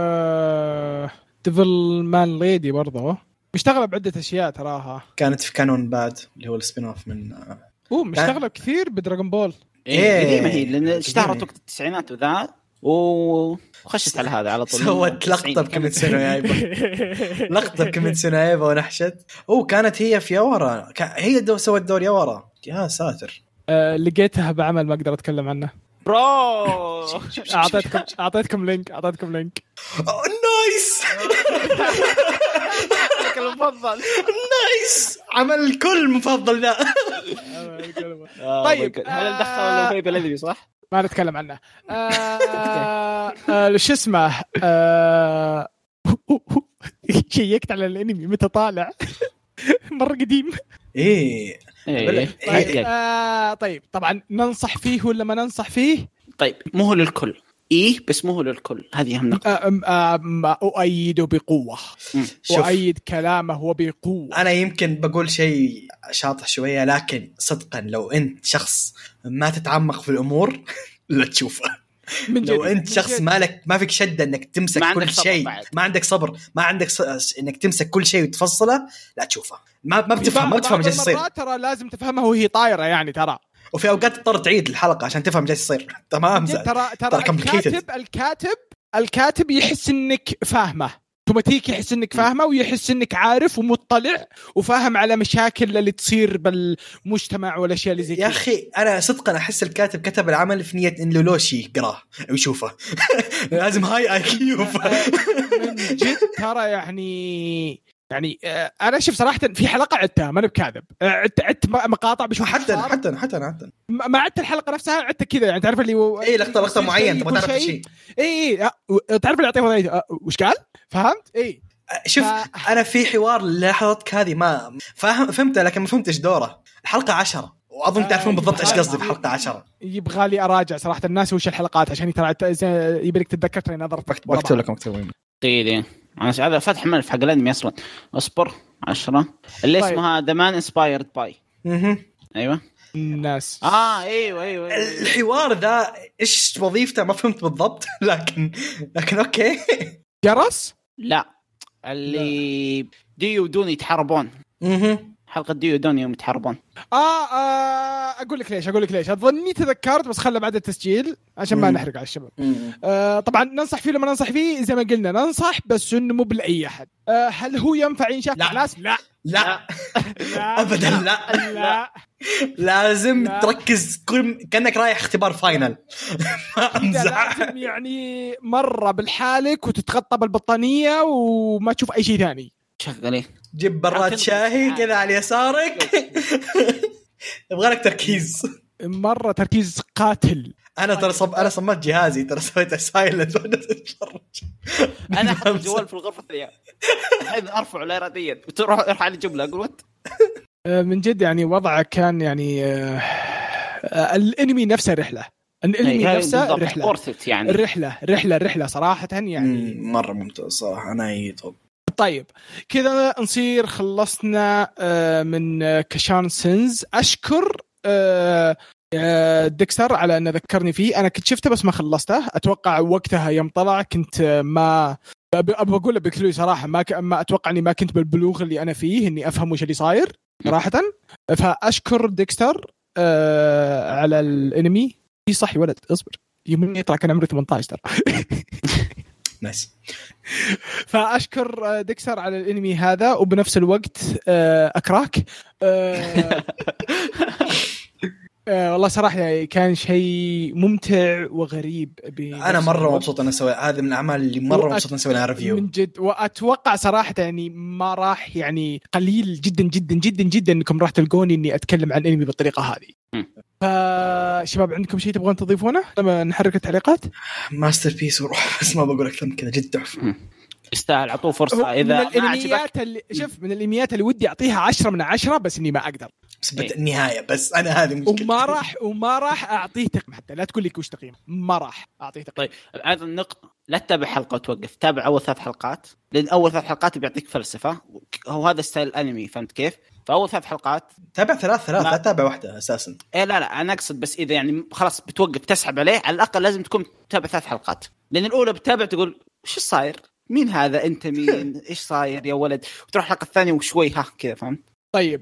ديفل مان ليدي برضه مشتغله بعده اشياء تراها كانت في كانون باد اللي هو السبين اوف من اوه مشتغله كان... كثير بدراغون بول ايه قديمه هي لان اشتهرت وقت التسعينات وذا وخشت على هذا على طول سوت لقطه بكيميتسو يايبا لقطه بكيميتسو يايبا ونحشت اوه كانت هي في يورا ك... هي دو سوت دور يورا يا ساتر أه لقيتها بعمل ما اقدر اتكلم عنه برو اعطيتكم اعطيتكم لينك اعطيتكم لينك نايس المفضل نايس عمل الكل مفضل ده. طيب هل دخل الوهيب الذي صح ما نتكلم عنه شو اسمه شيكت على الانمي متى طالع مره قديم ايه طيب, آه طيب طبعا ننصح فيه ولا ما ننصح فيه؟ طيب مو هو للكل إيه بس مو هو للكل هذه أهم نقطة. أؤيده بقوة أؤيد كلامه وبقوة. أنا يمكن بقول شيء شاطح شوية لكن صدقا لو أنت شخص ما تتعمق في الأمور لا تشوفه. لو أنت شخص مالك ما فيك شدة إنك تمسك كل شيء ما عندك صبر ما عندك ص... إنك تمسك كل شيء وتفصله لا تشوفه ما ما بتفهم ما بتفهم جالس يصير. ترى لازم تفهمها وهي طايرة يعني ترى. وفي أوقات تضطر تعيد الحلقة عشان تفهم جالس يصير. تمام. ترى ترى, ترى الكاتب الكاتب الكاتب يحس إنك فاهمه. اوتوماتيكي يحس انك فاهمه ويحس انك عارف ومطلع وفاهم على مشاكل اللي تصير بالمجتمع والاشياء اللي زي كذا. يا اخي انا صدقا احس الكاتب كتب العمل في نيه انه لوشي يقراه ويشوفه. لازم هاي اي كيو من جد ترى يعني يعني آه انا شوف صراحه في حلقه عدتها ما انا بكاذب، عدت عدت مقاطع بشوف حتى حتى حتى انا حتى ما عدت الحلقه نفسها، عدت كذا يعني تعرف اللي و... اي لقطه لقطه معينه تبغى تعرف شيء اي اي تعرف اللي يعطيه وضعيه وش قال فهمت. اي شوف ف... انا في حوار لحظتك هذه ما فاهم فهمته لكن ما فهمتش دوره. الحلقه عشرة واظن تعرفون بالضبط ايش قصدي بحلقه عشرة. يبغى لي اراجع صراحه الناس وش الحلقات عشان ترى يبي لك تتذكر ترى نظرت بكتب لكم مكتوبين طيب انا هذا فتح ملف حق الانمي اصلا. اصبر عشرة اللي طيب. اسمها The Man Inspired By. اها ايوه الناس اه ايوه ايوه الحوار ذا ايش وظيفته ما فهمت بالضبط لكن لكن اوكي. جرس لا اللي ديو ودون يتحاربون. اها حلقه ديو ودون يوم يتحاربون. آه, اه اقول لك ليش اقول لك ليش اظني تذكرت بس خلى بعد التسجيل عشان ما نحرق على الشباب. آه طبعا ننصح فيه لما ننصح فيه زي ما قلنا ننصح بس انه مو باي احد. آه هل هو ينفع ينشاف مع ناس؟ لا لا, لا. ابدا لا لا, لا. لازم لا. تركز كل كانك رايح اختبار فاينل. لازم يعني مره بالحالك وتتغطى بالبطانيه وما تشوف اي شيء ثاني. شغلي جيب براد شاهي كذا على يسارك. يبغى لك تركيز مره تركيز قاتل. انا ترى صب انا صمت جهازي ترى سويته سايلنت وانا اتفرج. انا احط الجوال في الغرفه الثانيه الحين ارفعه لا اراديا وتروح ارفع على الجمله اقول وات. من جد يعني وضعه كان يعني الانمي نفسه رحله. الانمي نفسه رحله يعني الرحله رحله الرحله صراحه يعني مره ممتاز صراحه. انا يطب طيب كذا نصير خلصنا من كشان سينز. أشكر ديكستر على أن ذكرني فيه. أنا كنت شفته بس ما خلصته. أتوقع وقتها يوم طلع كنت ما أبى أقول بكل صراحة ما ك... ما أتوقع إني ما كنت بالبلوغ اللي أنا فيه إني أفهم وش اللي صاير صراحة. فأشكر ديكستر على الأنمي. في صح ولد اصبر يومين يطلع كان عمري ثمانية عشر ترى. نايس. فأشكر ديكستر على الانمي هذا وبنفس الوقت أكراك. والله صراحة كان شيء ممتع وغريب. أنا مرة مبسوط أنا سوي هذا من الأعمال اللي مرة وأت... مبسوط نسوي لها ريفيو من جد. وأتوقع صراحة يعني ما راح يعني قليل جدا جدا جدا جدا إنكم راح تلقوني إني أتكلم عن الانمي بالطريقة هذه. فشباب عندكم شيء تبغون تضيفونه لما نحرك التعليقات؟ ماستر بيس وروح بس ما بقول أكثر من كذا جد تحفة يستاهل. عطوه فرصة إذا من الانميات اللي شوف من الانميات اللي ودي أعطيها عشرة من عشرة بس إني ما أقدر بس إيه؟ النهاية بس أنا هذه مشكلة. وما راح وما راح أعطيه تقييم حتى لا تقول لي وش تقييم ما راح أعطيه تقييم. طيب هذا النقطة لا تتابع حلقة وتوقف. تابع أول ثلاث حلقات لأن أول ثلاث حلقات بيعطيك فلسفة. هو هذا ستايل الأنمي فهمت كيف؟ فأول ثلاث حلقات تابع ثلاث ثلاث لا تابع واحدة أساسا. إيه لا لا أنا أقصد بس إذا يعني خلاص بتوقف تسحب عليه على الأقل لازم تكون تتابع ثلاث حلقات لأن الأولى بتتابع تقول وش صاير مين هذا أنت مين إيش صاير يا ولد وتروح الحلقة الثانية وشوي ها كذا فهمت. طيب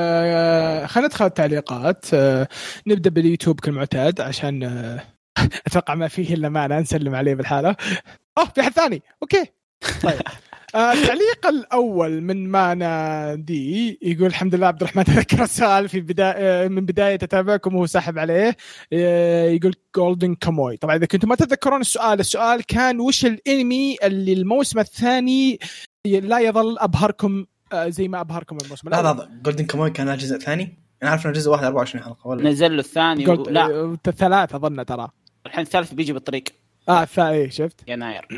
آه خلينا ندخل التعليقات. آه نبدأ باليوتيوب كالمعتاد عشان آه أتوقع ما فيه إلا ما أنا نسلم عليه بالحالة. أوه في حد ثاني أوكي طيب. آه التعليق الأول من مانا دي يقول الحمد لله عبد الرحمن تذكر السؤال في بداية من بداية تتابعكم وهو سحب عليه. آه يقول جولدن كاموي. طبعا إذا كنتم ما تتذكرون السؤال السؤال كان وش الانمي اللي الموسم الثاني لا يظل أبهركم آه زي ما أبهركم الموسم الأول. لا لا جولدن كاموي كان الجزء الثاني. أنا عارف إنه الجزء واحد أربعة وعشرين حلقة ولا نزل له الثاني و... لا الثلاث أظن ترى الحين الثالث بيجي بالطريق. اه الثاني شفت يناير.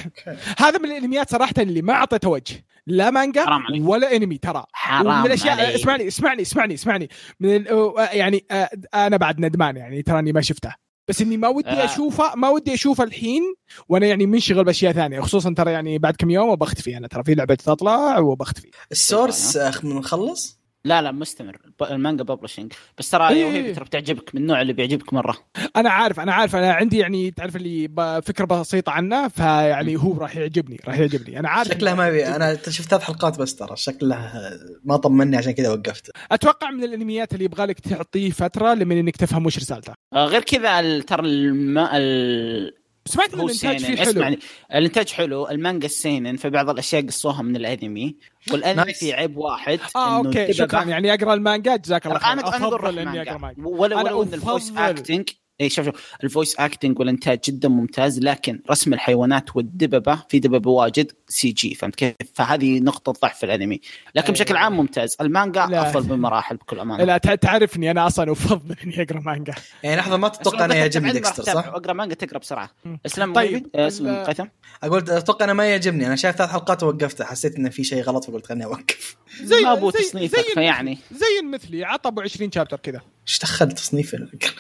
هذا من الانميات صراحه اللي ما اعطيته وجه لا مانجا ولا انمي ترى حرام من الاشياء. اسمعني اسمعني اسمعني اسمعني من ال... يعني آه انا بعد ندمان يعني تراني ما شفته بس اني ما ودي اشوفه ما ودي اشوفه الحين وانا يعني منشغل باشياء ثانيه خصوصا ترى يعني بعد كم يوم وبختفي انا ترى في لعبه تطلع وبختفي. السورس نخلص لا لا مستمر المانجا ببلشنج بس ترى إيه. هي ترى بتعجبك من النوع اللي بيعجبك مرة. أنا عارف أنا عارف أنا عندي يعني تعرف اللي فكرة بسيطة عنه فيعني هو راح يعجبني راح يعجبني. أنا عارف شكلها ما بي أنا شفت ثلاث حلقات بس ترى شكلها ما طمني عشان كذا وقفت. أتوقع من الأنميات اللي يبغالك تعطيه فترة لمن إنك تفهم وش رسالته. آه غير كذا ترى الما ال سمعت ان الانتاج فيه حلو. اسمعني الانتاج حلو المانجا السينن في بعض الاشياء قصوها من الانمي والانمي في عيب واحد اه اوكي شكرا يعني اقرا المانجا جزاك الله خير. انا افضل اني اقرا مانجا ولو ولو ان الفويس اكتنج اي شوف شوف الفويس اكتنج والانتاج جدا ممتاز، لكن رسم الحيوانات والدببه في دببه واجد سي جي، فهمت كيف؟ فهذه نقطه ضعف في الانمي، لكن أيوة. بشكل عام ممتاز. المانجا لا. افضل بمراحل بكل امانه. لا تعرفني انا اصلا افضل اني اقرا مانجا. يعني لحظه ما تتوقع اني يعجبني ديكستر صح؟ اقرا مانجا تقرا بسرعه. اسلم. طيب اسلم قيثم. اقول اتوقع انا ما يعجبني، انا شايف ثلاث حلقات ووقفت، حسيت ان في شيء غلط فقلت خليني اوقف. زي ما ابو تصنيفك فيعني زي المثلي عطبوا عشرين شابتر كذا. ايش دخل تصنيف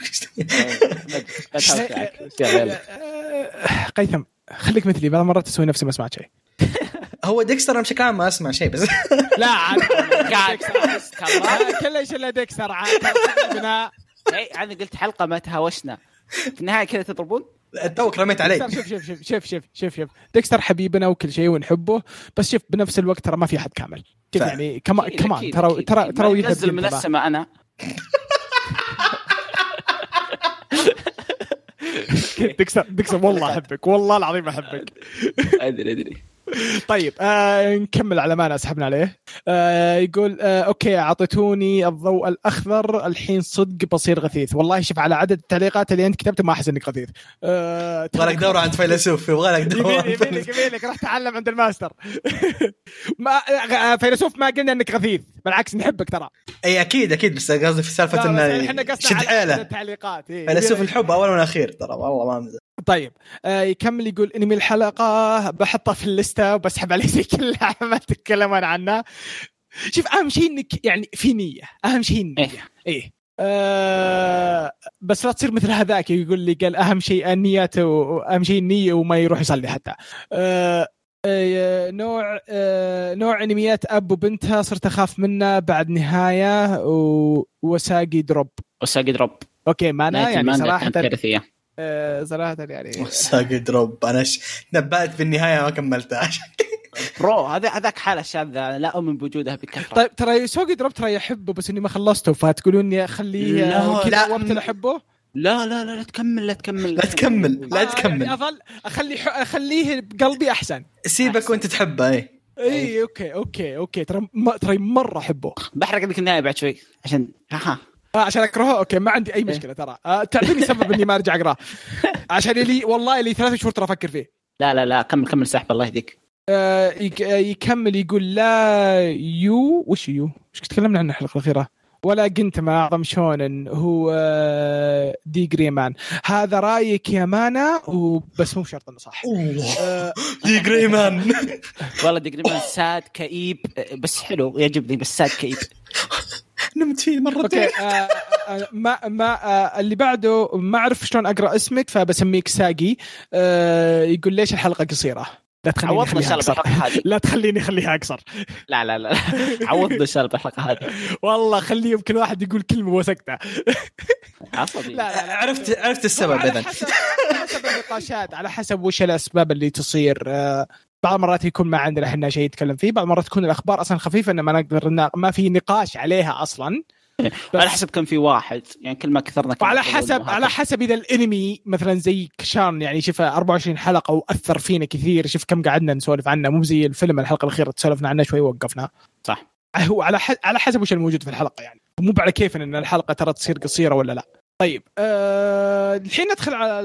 قيثم خليك مثلي، بعض المرات تسوي نفسي ما سمعت شيء. هو ديكستر انا بشكل عام ما اسمع شيء بس لا عاد قاعد كل شيء الا ديكستر عاد بنا. اي انا قلت حلقه ما تهاوشنا في النهايه كذا تضربون. توك رميت علي. شوف شوف شوف شوف شوف شوف شوف ديكستر حبيبنا وكل شيء ونحبه، بس شوف بنفس الوقت ترى ما في أحد كامل كيف يعني. كمان كمان ترى ترى ترى ينزل من السماء. أنا ديكستر ديكستر والله أحبك، والله العظيم أحبك. أدري أدري. طيب آه نكمل على ما سحبنا عليه. آه يقول آه أوكي أعطيتوني الضوء الأخضر، الحين صدق بصير غثيث. والله شوف على عدد التعليقات اللي أنت كتبته ما أحس إنك غثيث. آه يبغالك دورة عند فيلسوف، يبغالك دورة يبيلك يبيلك راح تعلم عند الماستر. ما فيلسوف ما قلنا إنك غثيث، بالعكس نحبك ترى. أي أكيد أكيد، بس قصدي في سالفة إنه شد حيله التعليقات. فيلسوف الحب أول والأخير ترى والله ما مزح. طيب آه يكمل يقول انمي الحلقه بحطها في الليسته وبسحب عليه زي كلها ما تتكلمون عنها. شوف اهم شيء انك يعني في نيه، اهم شيء النيه. ايه, إيه. آه بس لا تصير مثل هذاك يقول لي قال اهم شيء النيات واهم شيء النيه وما يروح يصلي حتى. آه آه نوع آه نوع انميات اب وبنتها صرت اخاف منه بعد نهايه وساقي دروب. وساقي دروب اوكي ما انا يعني صراحه كارثيه. آه صراحة يعني ساقي دروب أنا ش... نبأت في النهاية ما كملتها. برو هذا هذاك حالة شاذة لا أؤمن بوجودها بكثرة. طيب ترى ساقي دروب ترى يحبه بس إني ما خلصته، فتقولون أخليه كذا وقت اللي أحبه. لا لا لا لا تكمل لا تكمل لا تكمل لا تكمل. يعني أظل أخلي أخليه بقلبي أحسن. سيبك أحسن. وأنت تحبه إيه. إيه أوكي أوكي أوكي ترى ما ترى مرة أحبه. بحرق لك النهاية بعد شوي عشان ها. آه عشان أكرهه أوكي ما عندي أي مشكلة ترى. آه تعطيني سبب إني ما أرجع أقرأه عشان لي والله لي ثلاث شهور ترى أفكر فيه. لا لا لا كمل كمل سحب الله يهديك. آه يكمل يقول لا يو وش يو وش تكلمنا عنه الحلقة الأخيرة ولا قنت ما أعظم شونن هو آه دي جريمان. هذا رأيك يا مانا وبس مو شرط إنه صح. آه دي جريمان والله دي جريمان ساد كئيب بس حلو يعجبني بس ساد كئيب. نمت فيه مرتين. آه آه ما ما آه اللي بعده ما أعرف شلون أقرأ اسمك فبسميك ساقي. آه يقول ليش الحلقة قصيرة؟ لا تخليني أخليها أقصر. لا تخليني أخليها أقصر. لا لا لا عوضنا شال بالحلقة هذه. والله خليه يمكن واحد يقول كلمة وسكتة. عصبي. لا لا عرفت عرفت السبب إذا. حسب حسب النقاشات على حسب وش الأسباب اللي تصير. آه بعض المرات يكون ما عندنا إحنا شيء نتكلم فيه، بعض المرات تكون الأخبار أصلا خفيفة إن ما نقدر ما في نقاش عليها أصلا. على حسب كم في واحد يعني كل ما كثرنا على حسب على حسب إذا الأنمي مثلا زي كشان يعني شوف أربعة وعشرين حلقة وأثر فينا كثير، شوف كم قعدنا نسولف عنه مو زي الفيلم الحلقة الأخيرة تسولفنا عنه شوي ووقفنا. صح هو على ح... على حسب وش الموجود في الحلقة يعني مو على كيف إن الحلقة ترى تصير قصيرة ولا لا. طيب أه... الحين ندخل على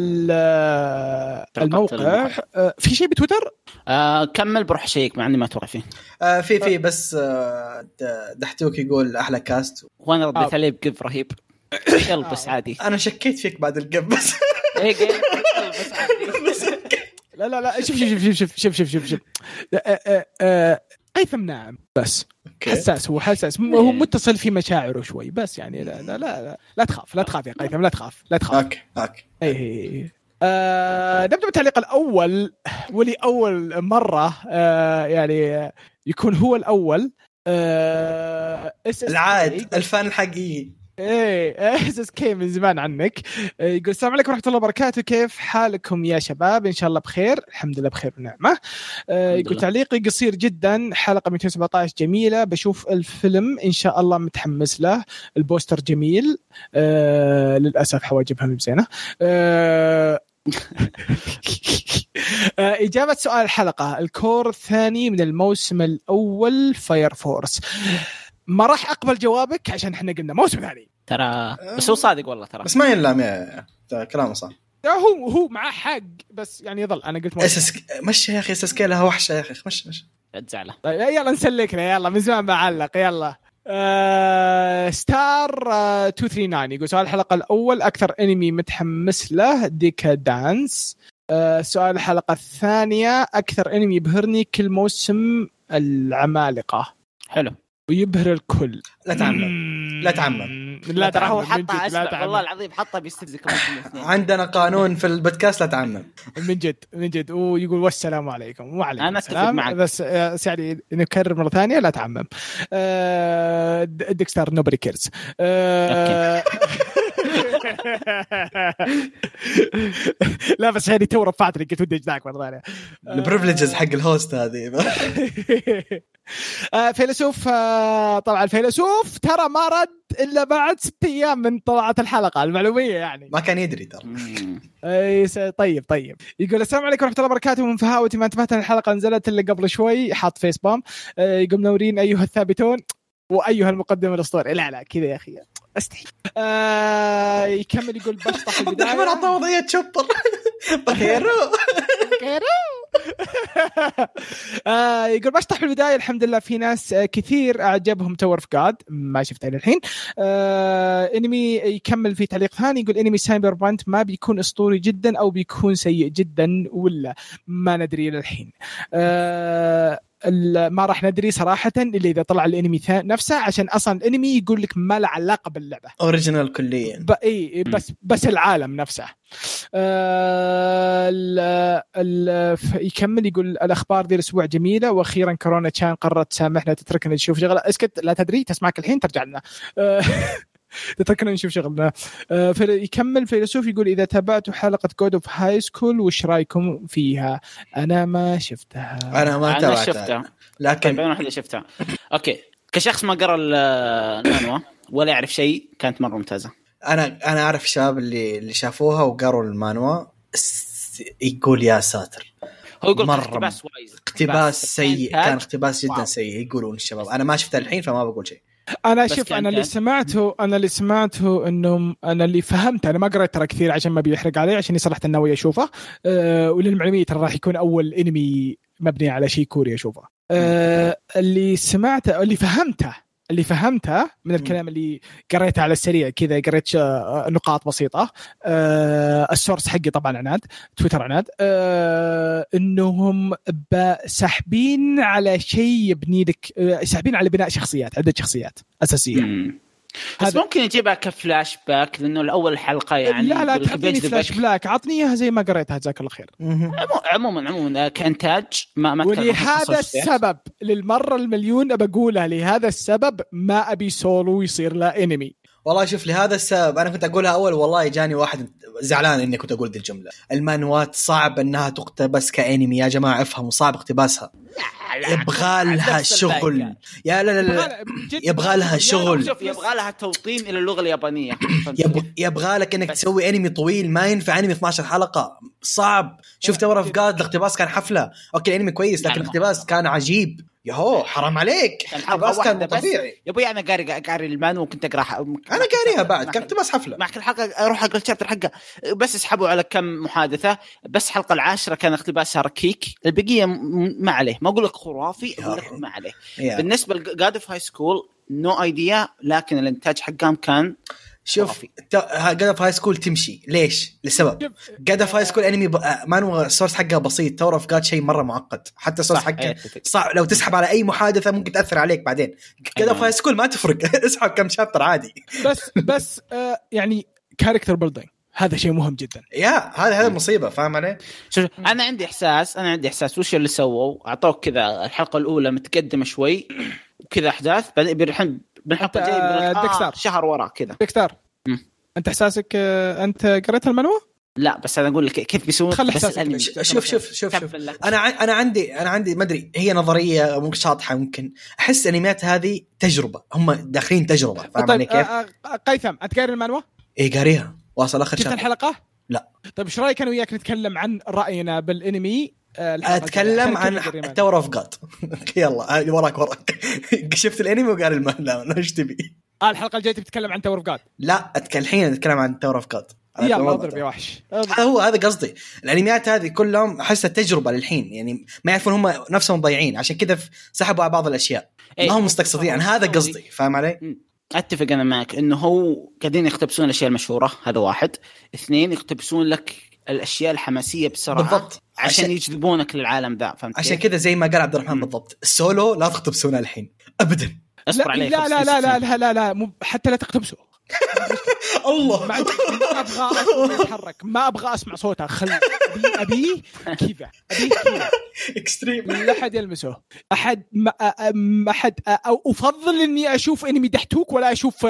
الموقع. أه... في شيء بتويتر أه... كمل بروح شيك مع اني ما اتوقع فيه. أه في في بس أه دحتوك يقول احلى كاست وانا رديت عليه بقف رهيب. يلا بس عادي انا شكيت فيك بعد القف بس ايه بس عادي. لا لا لا شوف شوف شوف شوف شوف شوف شوف شوف أه... أه... قيثم ناعم بس حساس، هو حساس هو متصل في مشاعره شوي بس يعني لا لا لا لا تخاف لا تخاف يا قيثم لا تخاف لا تخاف. اوكي اوكي اي آه نبدأ بالتعليق الأول ولي أول مرة آه يعني يكون هو الأول. آه العاد الفان الحقيقي. ايه اس اس كي من زمان عنك. يقول السلام عليكم ورحمه الله وبركاته، كيف حالكم يا شباب؟ ان شاء الله بخير. الحمد لله بخير ونعمه. يقول تعليقي قصير جدا، حلقه مئتين وسبعة عشر جميله، بشوف الفيلم ان شاء الله متحمس له، البوستر جميل. آه للاسف حواجبها مو زينه. آه إجابة سؤال الحلقة، الكور الثاني من الموسم الأول فاير فورس. ما راح أقبل جوابك عشان إحنا قلنا موسم ثاني. ترى بس هو صادق والله ترى بس ما ينلام يا كلامه صح. هو هو معاه حق بس يعني يظل انا قلت اساس مشي يا اخي اساس كلها وحشه يا اخي مشي مشي لا تزعله. يلا نسلكنا يلا من زمان بعلق يلا. آه ستار آه مئتين وثلاثة وثلاثين يقول سؤال الحلقه الاول اكثر انمي متحمس له ديكادانس. آه سؤال الحلقه الثانيه اكثر انمي يبهرني كل موسم العمالقه. حلو ويبهر الكل. لا تعمم لا تعمم لا ترى هو حطها اسمع والله العظيم حطها بيستفزك. عندنا قانون في البودكاست لا تعمم من جد من جد. ويقول والسلام عليكم وعليكم انا اتفق معك بس يعني نكرر مره ثانيه لا تعمم. أه ديكستر نوبري كيرز. أه لا بس يعني تو رفعتني قلت ودي اجدعك مره ثانيه. البريفليجز حق الهوست هذه. آه فيلسوف آه طبعا الفيلسوف ترى ما رد إلا بعد ست أيام من طلعت الحلقة المعلومية يعني ما كان يدري ترى. أي طيب طيب يقول السلام عليكم ورحمة الله وبركاته. من فهاوتي ما انتبهت الحلقة نزلت اللي قبل شوي حاط فيس بام. آه يقول منورين أيها الثابتون وأيها المقدم الأسطوري. لا لا كذا يا أخي أستحي. آه يكمل يقول بشطح البداية. أحمد عطاه وضعية شبر بخيرو بخيرو. آه يقول بشطح في البداية الحمد لله في ناس آه كثير أعجبهم تور في قاد ما شفته إلى الحين. آه انمي يكمل في تعليق ثاني يقول انمي سايبر بانت ما بيكون أسطوري جدا أو بيكون سيء جدا ولا ما ندري إلى الحين. آه ما راح ندري صراحة إلا إذا طلع الانمي نفسه عشان أصلا الانمي يقول لك ما له علاقة باللعبة أوريجينال كليا ب... إيه بس بس العالم نفسه. آه ال... ال... يكمل يقول الأخبار ذي الأسبوع جميلة وأخيرا كورونا كان قررت تسامحنا تتركنا نشوف شغلة. اسكت لا تدري تسمعك الحين ترجع لنا. آه تتركنا نشوف شغلنا. آه يكمل فيلسوف يقول إذا تابعتوا حلقة جود اوف هاي سكول وش رايكم فيها؟ أنا ما شفتها. أنا ما أنا شفتها لكن طيب أنا واحدة شفتها. أوكي كشخص ما قرأ المانوا ولا يعرف شيء كانت مرة ممتازة. أنا أنا أعرف شباب اللي اللي شافوها وقروا المانوا يقول يا ساتر هو يقول اقتباس وايز اقتباس سيء كان اقتباس جدا واو. سيء يقولون الشباب. أنا ما شفتها الحين فما بقول شيء. انا شوف انا اللي سمعته انا اللي سمعته انه انا اللي فهمته انا ما قريت ترى كثير عشان ما بيحرق عليه عشان صراحه ناوي اشوفه. أه وللمعلوميه ترى راح يكون اول انمي مبني على شيء كوري اشوفه. أه اللي سمعته اللي فهمته اللي فهمته من الكلام اللي قريته على السريع كذا قريت نقاط بسيطة. أه السورس حقي طبعا عناد تويتر عناد. أه انهم ساحبين على شيء يبني لك أه ساحبين على بناء شخصيات عدة شخصيات أساسية. مم. بس ممكن يجيبها كفلاش باك لأنه الأول حلقة يعني لا لا تحطيني فلاش باك عطني إياها زي ما قريتها جزاك الله خير. عموما عموما كإنتاج ما ما ولهذا السبب للمرة المليون بقولها لهذا السبب ما أبي سولو يصير له انمي. والله شوف لهذا السبب أنا كنت أقولها أول والله جاني واحد زعلان إني كنت أقول دي الجملة. المانوات صعب إنها تقتبس كأنمي يا جماعة افهموا صعب اقتباسها. يبغى لها شغل يا لا لا لا يبغى لها شغل شوف يبغى لها توطين إلى اللغة اليابانية. يبغى لك إنك تسوي أنمي طويل ما ينفع أنمي اثنا عشر حلقة صعب. شفت ورا في قاد الاقتباس كان حفلة أوكي أنمي كويس لكن الاقتباس كان عجيب. يهو حرام عليك الاقتباس كان طبيعي يا ابوي. أنا قاري قاري المانو وكنت أقرأ أنا قاريها بعد كان اقتباس حفلة مع كل حلقة أروح أقرأ الشابتر حقه بس اسحبوا على كم محادثة بس حلقة العاشرة كان اقتباسها ركيك البقية ما عليه ما أقول لك خرافي أقول لك ما عليه. بالنسبة لجاد اوف هاي سكول نو ايديا لكن الانتاج حقهم كان شوف جاد اوف هاي سكول تمشي ليش لسبب جاد اوف هاي سكول انمي ب... ما نو السورس حقه بسيط تور اوف جاد شيء مره معقد حتى السورس حقه صعب لو تسحب على اي محادثه ممكن تاثر عليك بعدين. جاد اوف هاي سكول ما تفرق اسحب كم شابتر عادي بس بس آه يعني كاركتر بيلدينج هذا شيء مهم جدا. يا هذا هذا مصيبه فاهم علي. شوف انا عندي احساس انا عندي احساس وش اللي سووا اعطوك كذا الحلقه الاولى متقدمه شوي وكذا احداث بعدين بنحن بالحلقه الجايه آه شهر وراء كذا دكتور. انت احساسك انت قريت المانوا؟ لا بس انا اقول لك كيف بيسوون بس الانمي. شوف شوف شوف, شوف. انا انا عندي انا عندي ما ادري هي نظريه ممكن شاطحه ممكن احس انميات هذه تجربه هم داخلين تجربه فاهم طيب علي كيف. قيثم انت قاري المانوا؟ ايه قاريها واصل اخر شهر الحلقه. لا طيب ايش رايك انا وياك نتكلم عن راينا بالانمي؟ اتكلم عن تور اوف جاد يلا وراك وراك شفت الانمي وقال المانوا ايش تبي آه الحلقه الجايه بتتكلم عن تاور اوف جاد. لا اتكلم الحين نتكلم عن تاور اوف جاد. يلا اضرب يا وحش. هذا هو هذا قصدي. الانميات هذه كلهم احسها تجربه للحين يعني ما يعرفون هم نفسهم ضايعين عشان كذا سحبوا على بعض الاشياء ما هم مستقصدين. هذا قصدي فاهم علي. اتفق انا معك انه هو قاعدين يقتبسون الاشياء المشهوره. هذا واحد. اثنين يقتبسون لك الاشياء الحماسيه بسرعه بالضبط عشان, عشان يجذبونك للعالم ذا. فهمت عشان كذا زي ما قال عبد الرحمن بالضبط السولو لا تقتبسونه الحين ابدا. اصبر لا عليه. لا لا لا لا لا لا, لا مو حتى لا تقتبسه. الله ما ابغى اتحرك ما ابغى اسمع صوته. خل ابي كذا ابي كذا اكستريم لا احد يلمسه. احد ما احد او افضل اني اشوف انمي دحتوك ولا اشوف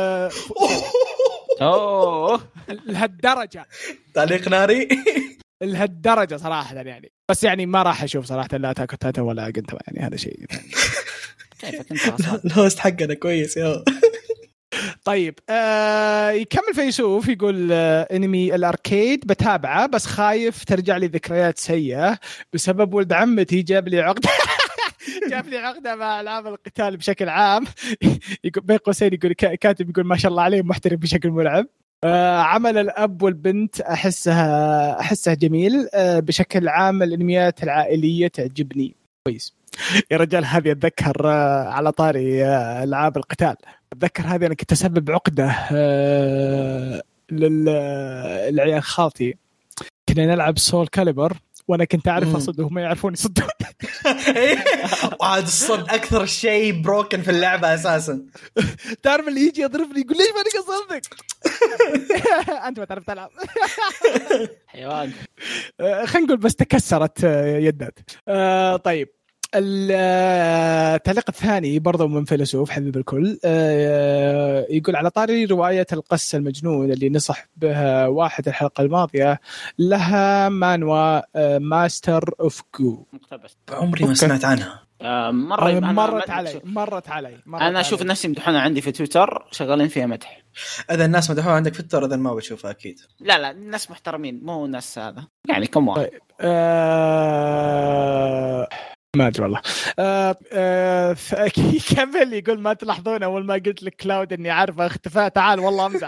اوه لهالدرجه تعليق ناري لهالدرجه صراحه يعني. بس يعني ما راح اشوف صراحه لا تاكو تاتا ولا قنت يعني هذا شيء كيفك انت الهوست حقنا كويس يا طيب آه يكمل فيسوف يقول آه انمي الاركيد بتابعه بس خايف ترجع لي ذكريات سيئه بسبب ولد عمتي جاب لي عقده جاب لي عقده مع العاب القتال بشكل عام. يقول بين قوسين يقول كاتب يقول ما شاء الله عليه محترف بشكل ملعب. آه عمل الاب والبنت احسها احسها جميل. آه بشكل عام الانميات العائليه تعجبني كويس. يا رجال هذه اتذكر آه على طاري آه العاب القتال اتذكر هذه انا كنت اسبب عقده آه للعيال خالتي. كنا نلعب سول كاليبر وانا كنت اعرف اصد وهم يعرفون يصدون. وعاد الصد اكثر شيء بروكن في اللعبه اساسا. تعرف اللي يجي يضربني يقول ليش ما نقدر اصدق انت ما تعرف تلعب حيوان. خلينا نقول بس تكسرت يدات. طيب التعليق الثاني برضو من فيلسوف حبيب الكل يقول على طاري رواية القس المجنون اللي نصح بها واحد الحلقة الماضية لها مانوا ماستر اوف جو. مقتبس. عمري ما سمعت عنها. مرة مرت علي مرت علي مرت أنا أشوف الناس يمدحونها عندي في تويتر شغالين فيها مدح. إذا الناس مدحوها عندك في تويتر إذا ما بتشوفها أكيد. لا لا الناس محترمين مو ناس هذا يعني كم واحد. طيب. أه... ما أدري والله. أه... أه... كمل يقول ما تلاحظون أول ما قلت لك كلاود إني عارفة اختفاء تعال والله أمزح.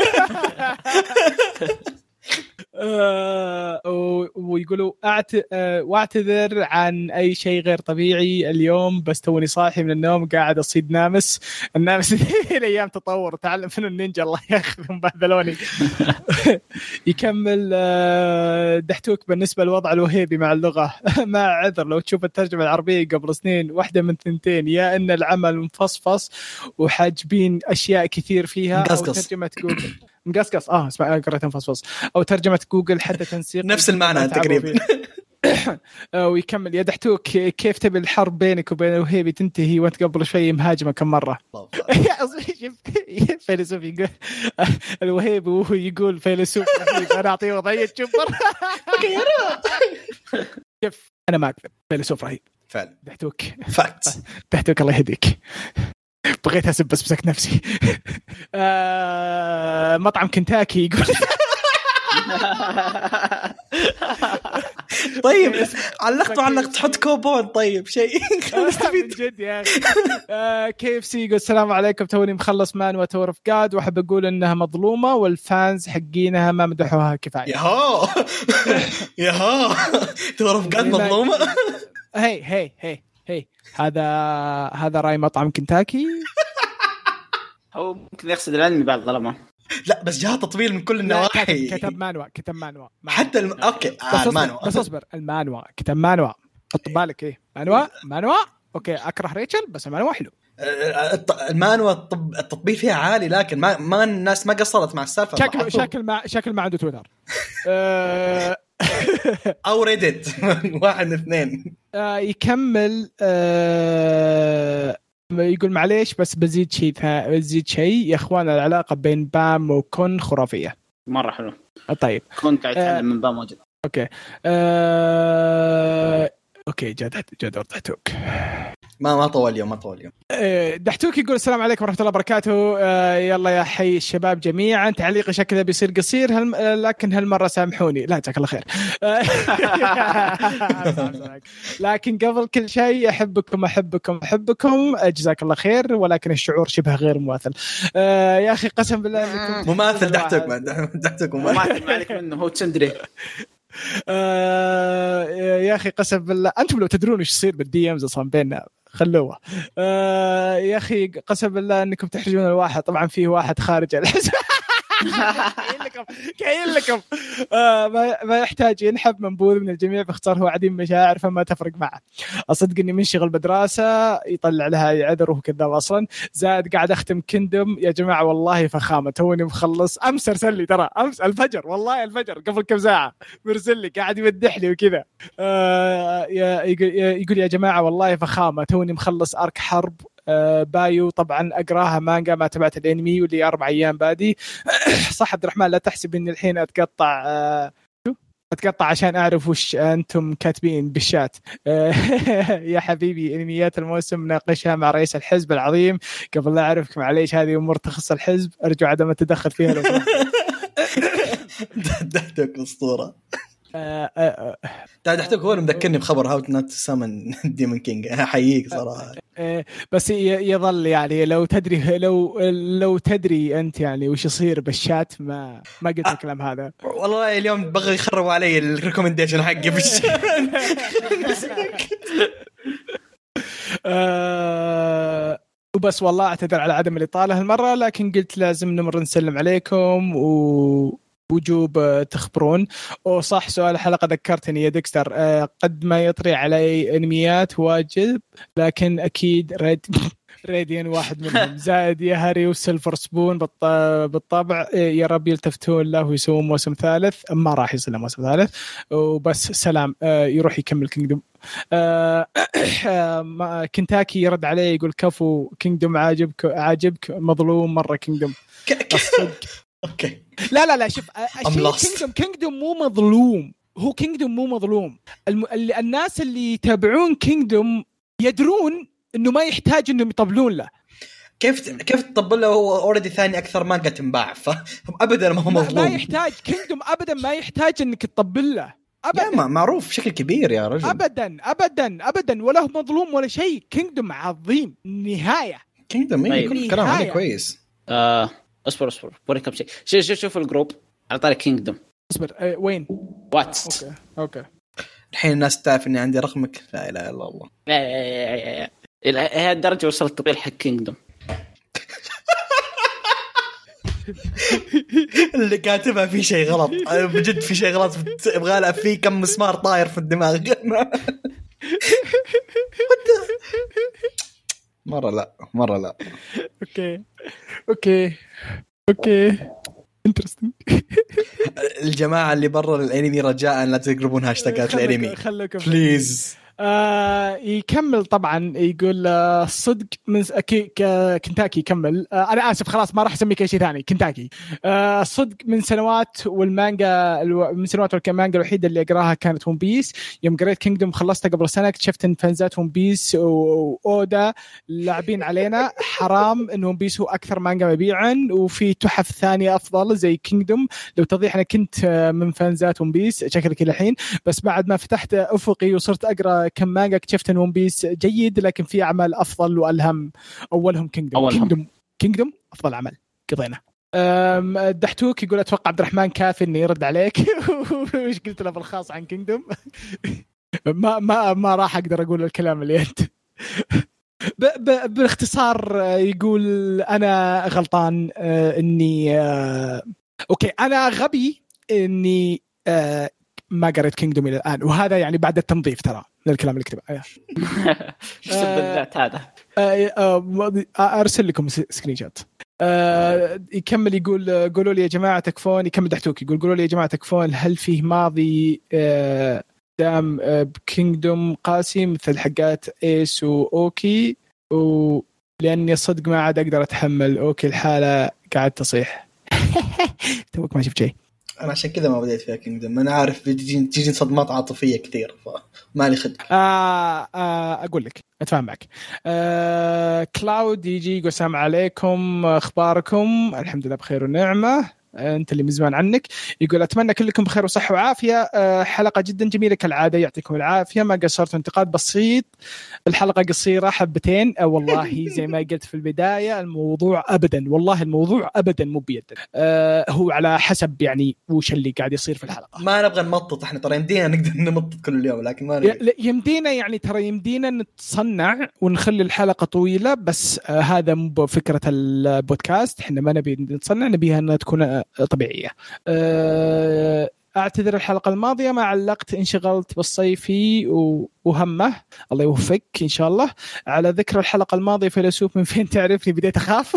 أه ويقولوا أعت... أه واعتذر عن أي شيء غير طبيعي اليوم بس توني صاحي من النوم قاعد أصيد نامس النامس الأيام تطور تعلم فنو النينجا الله ياخذهم بهذلوني. يكمل أه دحتوك بالنسبة للوضع الوهيبي مع اللغة ما عذر لو تشوف الترجمة العربية قبل سنين واحدة من ثنتين يا إن العمل مفصفص وحاجبين أشياء كثير فيها أو ترجمة جوجل مقصقص اه اسمع قرأت مفصفص او ترجمه جوجل حتى تنسيق نفس المعنى تقريبا. ويكمل يا دحتوك كيف تبي الحرب بينك وبين الوهيبي تنتهي وانت قبل شوي مهاجمه كم مره. فيلسوف يقول الوهيبي وهو يقول فيلسوف انا اعطيه وضعيه جبر. كيف انا ما اكذب فيلسوف رهيب فعلا دحتوك فاكت دحتوك الله يهديك. بغيت أسب بس مسكت نفسي. آه مطعم كنتاكي يقول طيب علقتوا علقت تحط كوبون طيب شيء من جد يا أخي. آه كيف سي يقول السلام عليكم توني مخلص مان وتور اوف جاد وأحب أقول إنها مظلومة والفانز حقينها ما مدحوها كفاية. ياهو ياهو تور اوف جاد مظلومة. هي هي هي هي هذا هذا راي مطعم كنتاكي. هو ممكن يقصد العلم بعد ظلمه. لا بس جاء تطويل من كل النواحي. كتب مانوا كتب مانوا حتى الم... اوكي آه المانوا بس اصبر المانوا كتب مانوا حط بالك ايه مانوا مانوا اوكي اكره ريتشل بس المانوا حلو. المانوا الطب... التطبيل فيها عالي لكن ما ما الناس ما قصرت مع السالفه. شكل شكل ما شكل ما عنده تويتر. او ريدت واحد من اثنين. آه يكمل آه يقول معليش بس بزيد شيء بزيد شيء يا اخوان العلاقه بين بام وكون خرافيه مره حلو. طيب كنت قاعد اتعلم من بام واجد. اوكي آه... اوكي جد جد ارتحتوك. ما ما طول اليوم ما طول اليوم. دحتوك يقول السلام عليكم ورحمة الله وبركاته. آه يلا يا حي الشباب جميعا. تعليقي شكله بيصير قصير هل... لكن هالمرة سامحوني. لا جزاك الله خير. لكن قبل كل شيء أحبكم أحبكم أحبكم جزاك الله خير، ولكن الشعور شبه غير مماثل. آه يا أخي قسم بالله مماثل. دحتوك دحتوك مماثل ما عليك منه، هو تسندري. آه يا أخي قسم بالله أنتم لو تدرون إيش يصير بالدي إمز أصلا بيننا خلوه. آه يا أخي قسم بالله أنكم تحرجون الواحد. طبعا فيه واحد خارج الحزب كاين لكم كاين لكم آه ما, ما يحتاج ينحب منبوذ من الجميع، باختصار هو عديم مشاعر فما تفرق معه. أصدق إني منشغل بدراسة يطلع لها عذر وكذا أصلا. زائد قاعد أختم كيندم يا جماعة والله فخامة، توني مخلص أمس أرسل لي ترى أمس الفجر والله الفجر قبل كم ساعة مرسل لي قاعد يمدح لي وكذا. آه يقول يا جماعة والله فخامة توني مخلص أرك حرب بايو. طبعا أقراها مانجا ما تبعت الانمي واللي أربع أيام بادي. صح عبد الرحمن لا تحسب إن الحين أتقطع أتقطع عشان أعرف وش أنتم كاتبين بالشات. يا حبيبي انميات الموسم ناقشها مع رئيس الحزب العظيم قبل لا أعرفك معليش هذه أمور تخص الحزب أرجو عدم التدخل فيها لو دحتوك أسطورة. دحتوك هو اللي مذكرني بخبر هاو نوت سامن ديمون كينج. أحييك صراحة. بس يظل يعني لو تدري لو لو تدري أنت يعني وش يصير بالشات ما ما قلت الكلام هذا. والله اليوم بغوا يخربوا علي الريكومنديشن حقي في الشات. وبس والله أعتذر على عدم الإطالة هالمرة، لكن قلت لازم نمر نسلم عليكم و وجوب تخبرون. وصح سؤال الحلقة ذكرتني يا ديكستر. أه قد ما يطري علي انميات واجب لكن اكيد ريد ريديان واحد منهم. زائد يا هاري وسيلفر سبون بالطبع يا رب يلتفتون له ويسوون موسم ثالث. ما راح يصير موسم ثالث وبس. سلام. أه يروح يكمل كينجدوم. أه كنتاكي يرد عليه يقول كفو كينجدوم عاجبك عاجبك مظلوم مرة كينجدوم. اوكي لا لا لا شوف كينجدوم كينجدوم مو مظلوم. هو كينجدوم مو مظلوم. الم... الناس اللي يتابعون كينجدوم يدرون انه ما يحتاج انهم يطبلون له. كيف كيف تطبل له هو اوريدي ثاني اكثر مانجا تنباع فابدا ما هو مظلوم. ما يحتاج كينجدوم ابدا ما يحتاج انك تطبل له ابدا. ما معروف بشكل كبير يا رجل. ابدا ابدا ابدا ولا هو مظلوم ولا شيء. كينجدوم عظيم نهايه. كينجدوم يكون كلام عليه كويس. آه اصبر اصبر بوريكم شيء. شوف شوف شوف الجروب على طاري كينجدوم. اصبر أه وين وات اوكي اوكي الحين الناس تعرف اني عندي رقمك. لا اله الا الله. الى هذه الدرجه وصلت تطبيل حق كينجدوم. اللي كاتبها في شيء غلط بجد. في شيء غلط يبغى لها في كم مسمار طاير في الدماغ. مرة لا مرة لا. اوكي اوكي اوكي انترستينج. الجماعة اللي برا الانمي رجاء لا تقربون هاشتاجات الانمي بليز. آه يكمل طبعا يقول آه صدق من كنتاكي يكمل. آه انا اسف خلاص ما راح اسميك اي شيء ثاني. كنتاكي آه صدق من سنوات والمانجا من سنوات والمانجا الوحيده اللي اقراها كانت ون بيس. يوم قريت كينجدوم خلصتها قبل سنه اكتشفت ان فانزات ون بيس واودا لاعبين علينا. حرام ان ون بيس هو اكثر مانجا مبيعا وفي تحف ثانيه افضل زي كينجدوم. لو توضيح انا كنت من فانزات ون بيس شكلك الحين، بس بعد ما فتحت افقي وصرت اقرا كم مانجا اكتشفت ان ون بيس جيد لكن في اعمال افضل والهم. اولهم كينجدوم. كينجدوم كينجدوم افضل عمل قضينا. دحتوك يقول اتوقع عبد الرحمن كافي اني يرد عليك. وش قلت له بالخاص عن كينجدوم؟ ما ما ما راح اقدر اقول الكلام اللي انت. باختصار يقول انا غلطان اني اوكي انا غبي اني ما قريت كينجدوم الى الان، وهذا يعني بعد التنظيف ترى من الكلام اللي كتبه. ايش بالذات هذا؟ ارسل لكم سكرين شوت. يكمل يقول قولوا لي يا جماعه تكفون. يكمل دحتوك يقول قولوا لي يا جماعه تكفون هل فيه ماضي دام بكينجدوم قاسي مثل حقات ايس واوكي، ولاني صدق ما عاد اقدر اتحمل اوكي الحاله قاعد تصيح. توك ما شفت شيء. انا عشان كذا ما بديت فيها كينجدم، انا عارف بتجي تجي صدمات عاطفيه كثير فما لي خد. آه آه اقول لك اتفاهم معك. آه كلاود يجي يقول السلام عليكم، اخباركم؟ الحمد لله بخير ونعمه، انت اللي من زمان عنك. يقول اتمنى كلكم بخير وصحه وعافيه. حلقه جدا جميله كالعاده، يعطيكم العافيه. ما قصرت، انتقاد بسيط، الحلقه قصيره حبتين. والله زي ما قلت في البدايه الموضوع ابدا، والله الموضوع ابدا مو بيدنا، أه هو على حسب يعني وش اللي قاعد يصير في الحلقه. ما نبغى نمطط، احنا ترى يمدينا نقدر نمطط كل يوم، لكن ما نبغى. يمدينا يعني ترى يمدينا نتصنع ونخلي الحلقه طويله، بس آه هذا مو فكره البودكاست، احنا ما نبي نتصنع، نبيها انها تكون طبيعية. أعتذر الحلقة الماضية ما علقت، انشغلت بالصيفي وهمه، الله يوفقك إن شاء الله. على ذكر الحلقة الماضية فيلسوف من فين تعرفني، بديت أخاف.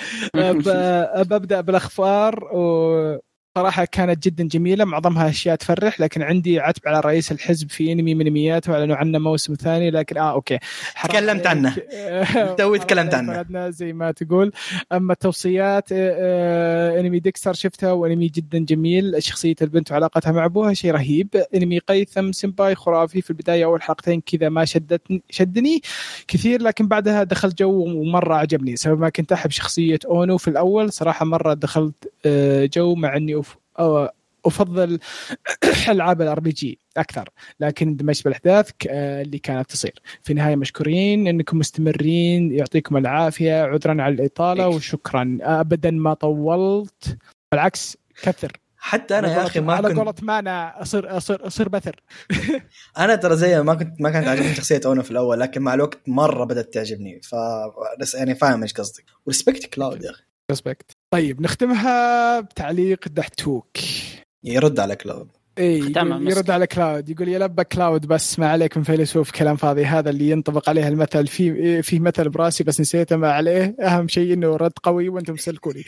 ببدأ بالأخبار، صراحة كانت جدا جميلة، معظمها أشياء تفرح، لكن عندي عتب على رئيس الحزب في انمي من انمياته، وعلنوا عنه موسم ثاني، لكن اه اوكي تكلمت عنه تو تكلمت عنه زي ما تقول. اما التوصيات، آه انمي ديكستر شفتها وانمي جدا جميل، شخصية البنت وعلاقتها مع ابوها شيء رهيب. انمي قيثم سمباي خرافي، في البداية اول حلقتين كذا ما شدتني شدني كثير، لكن بعدها دخلت جو ومرة عجبني، سبب ما كنت احب شخصية اونو في الاول صراحة، مرة دخلت آه جو، مع اني أو أفضل ألعاب الار بي جي أكثر، لكن اندمجت بالأحداث اللي كانت تصير. في النهاية مشكورين إنكم مستمرين، يعطيكم العافية، عذرا على الإطالة وشكرا، أبدا ما طولت، بالعكس كثر. حتى أنا يا أخي ما كنت كنت قلت ما أنا أصير أصير أصير بثر. أنا ترى زي ما كنت ما كانت عاجبني شخصية أونو في الأول، لكن مع الوقت مرة بدأت تعجبني، ف يعني فاهم إيش قصدك. ورسبكت كلاود يا أخي، رسبكت. طيب نختمها بتعليق دحتوك يرد على كلاود. اي يرد على كلاود، يقول يا لبى كلاود بس ما عليك من فيلسوف، كلام فاضي، هذا اللي ينطبق عليه المثل، في في مثل براسي بس نسيته ما عليه، اهم شيء انه رد قوي وانتم مسلكوني.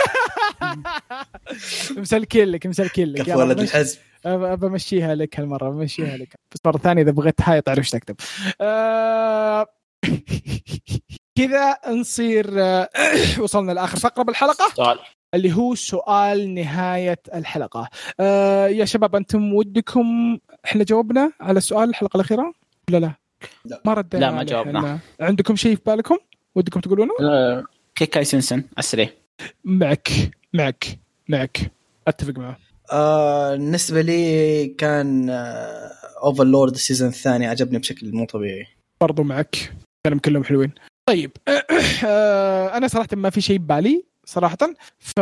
مسلكين لك مسلكين لك يا ولد الحزب، بمشيها لك هالمره، بمشيها لك بس مره ثانيه اذا بغيت هاي تعرف ايش تكتب. أه... كذا نصير وصلنا لاخر فقره بالحلقه، سؤال اللي هو سؤال نهاية الحلقة. آه يا شباب أنتم ودكم إحنا جاوبنا على السؤال الحلقة الأخيرة ولا لا؟ لا ما ردنا. لا ما جاوبنا. عندكم شيء في بالكم ودكم تقولونه؟ أه كيكاي سنسن أسري. معك معك معك أتفق معه. آه بالنسبة لي كان آه أوفرلورد السيزون الثاني عجبني بشكل مو طبيعي. برضو معك، كلام كلهم حلوين. طيب آه أنا صراحة ما في شيء ببالي صراحة، ف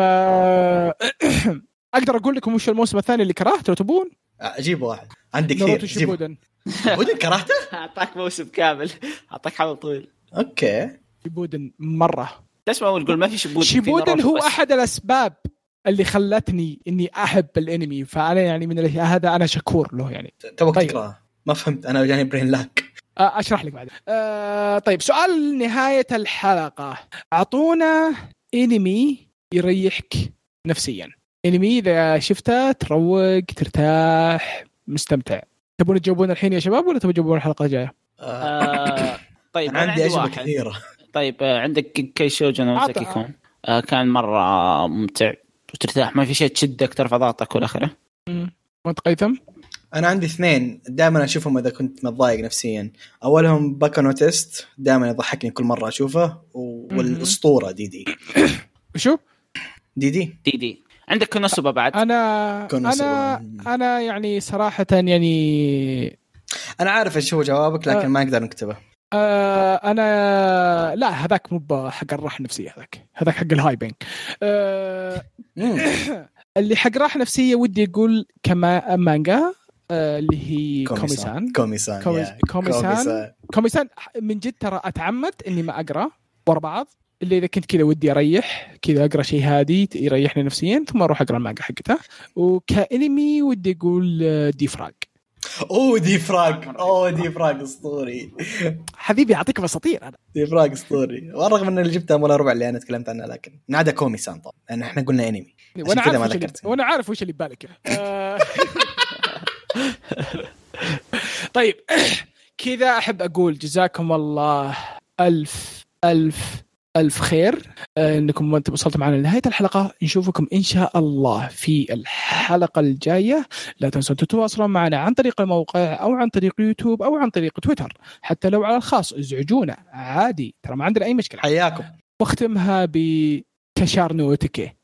أقدر أقول لكم وش الموسم الثاني اللي كرهته لو تبون. أجيب واحد عندي كثير. شيبودن. شيبودن كرهته؟ أعطاك موسم كامل، أعطاك حمل طويل. أوكي شيبودن مرة. تسمع وتقول ما في شيبودن. شيبودن هو أحد الأسباب اللي خلتني إني أحب الأنمي، فأنا يعني من هذا أنا شكور له يعني. تبغى طيب. تقرأ ما فهمت أنا يعني برين لاك. أشرح لك بعد. أه طيب سؤال نهاية الحلقة، أعطونا انمي يريحك نفسيا، انمي اذا شفته تروق ترتاح مستمتع. تبون تجاوبون الحين يا شباب ولا تبون تجاوبون الحلقه الجايه؟ آه طيب انا عندي اجوبه كثيره. طيب آه عندك كيشوجن وزكي كون، آه كان مره ممتع وترتاح، ما في شيء تشدك ترفع ضغطك ولا اخره. امم وانت قيثم؟ انا عندي اثنين دائما اشوفهم اذا كنت متضايق نفسيا. اولهم باكانو تيست، دائما يضحكني كل مره اشوفه، والاسطوره دي دي. وشو دي دي دي دي عندك كونوسوبا بعد. انا كونوسوبا. انا انا يعني صراحه يعني انا عارف ايش هو جوابك لكن أه ما اقدر نكتبه. أه انا لا هذاك مو حق الراحه النفسيه، هذاك هذاك حق الهايبنج. أه اللي حق راحه نفسيه ودي اقول كما مانجا اللي هي كوميسان كوميسان كوميسان كوميسان من جد ترى اتعمد اني ما اقرا ورا بعض، اللي اذا كنت كذا ودي اريح كذا اقرا شيء هادي يريحني نفسيا ثم اروح اقرا المانجا حقتها. وكانمي ودي اقول دي فراغ. اوه دي فراغ اوه دي فراغ اسطوري حبيبي اعطيك اساطير. انا دي فراغ اسطوري، ورغم ان اللي جبتها ولا ربع اللي انا تكلمت عنها، لكن نادى كوميسان طبعا لان احنا قلنا انمي وانا عارف وش اللي... وانا عارف وش اللي ببالك. طيب كذا احب اقول جزاكم الله الف الف ألف خير أنكم وصلتوا معنا لنهاية الحلقة. نشوفكم إن شاء الله في الحلقة الجاية. لا تنسوا تتواصلون معنا عن طريق الموقع أو عن طريق يوتيوب أو عن طريق تويتر، حتى لو على الخاص ازعجونا عادي، ترى ما عندنا أي مشكلة. حياكم. واختمها بكشار نوتكي.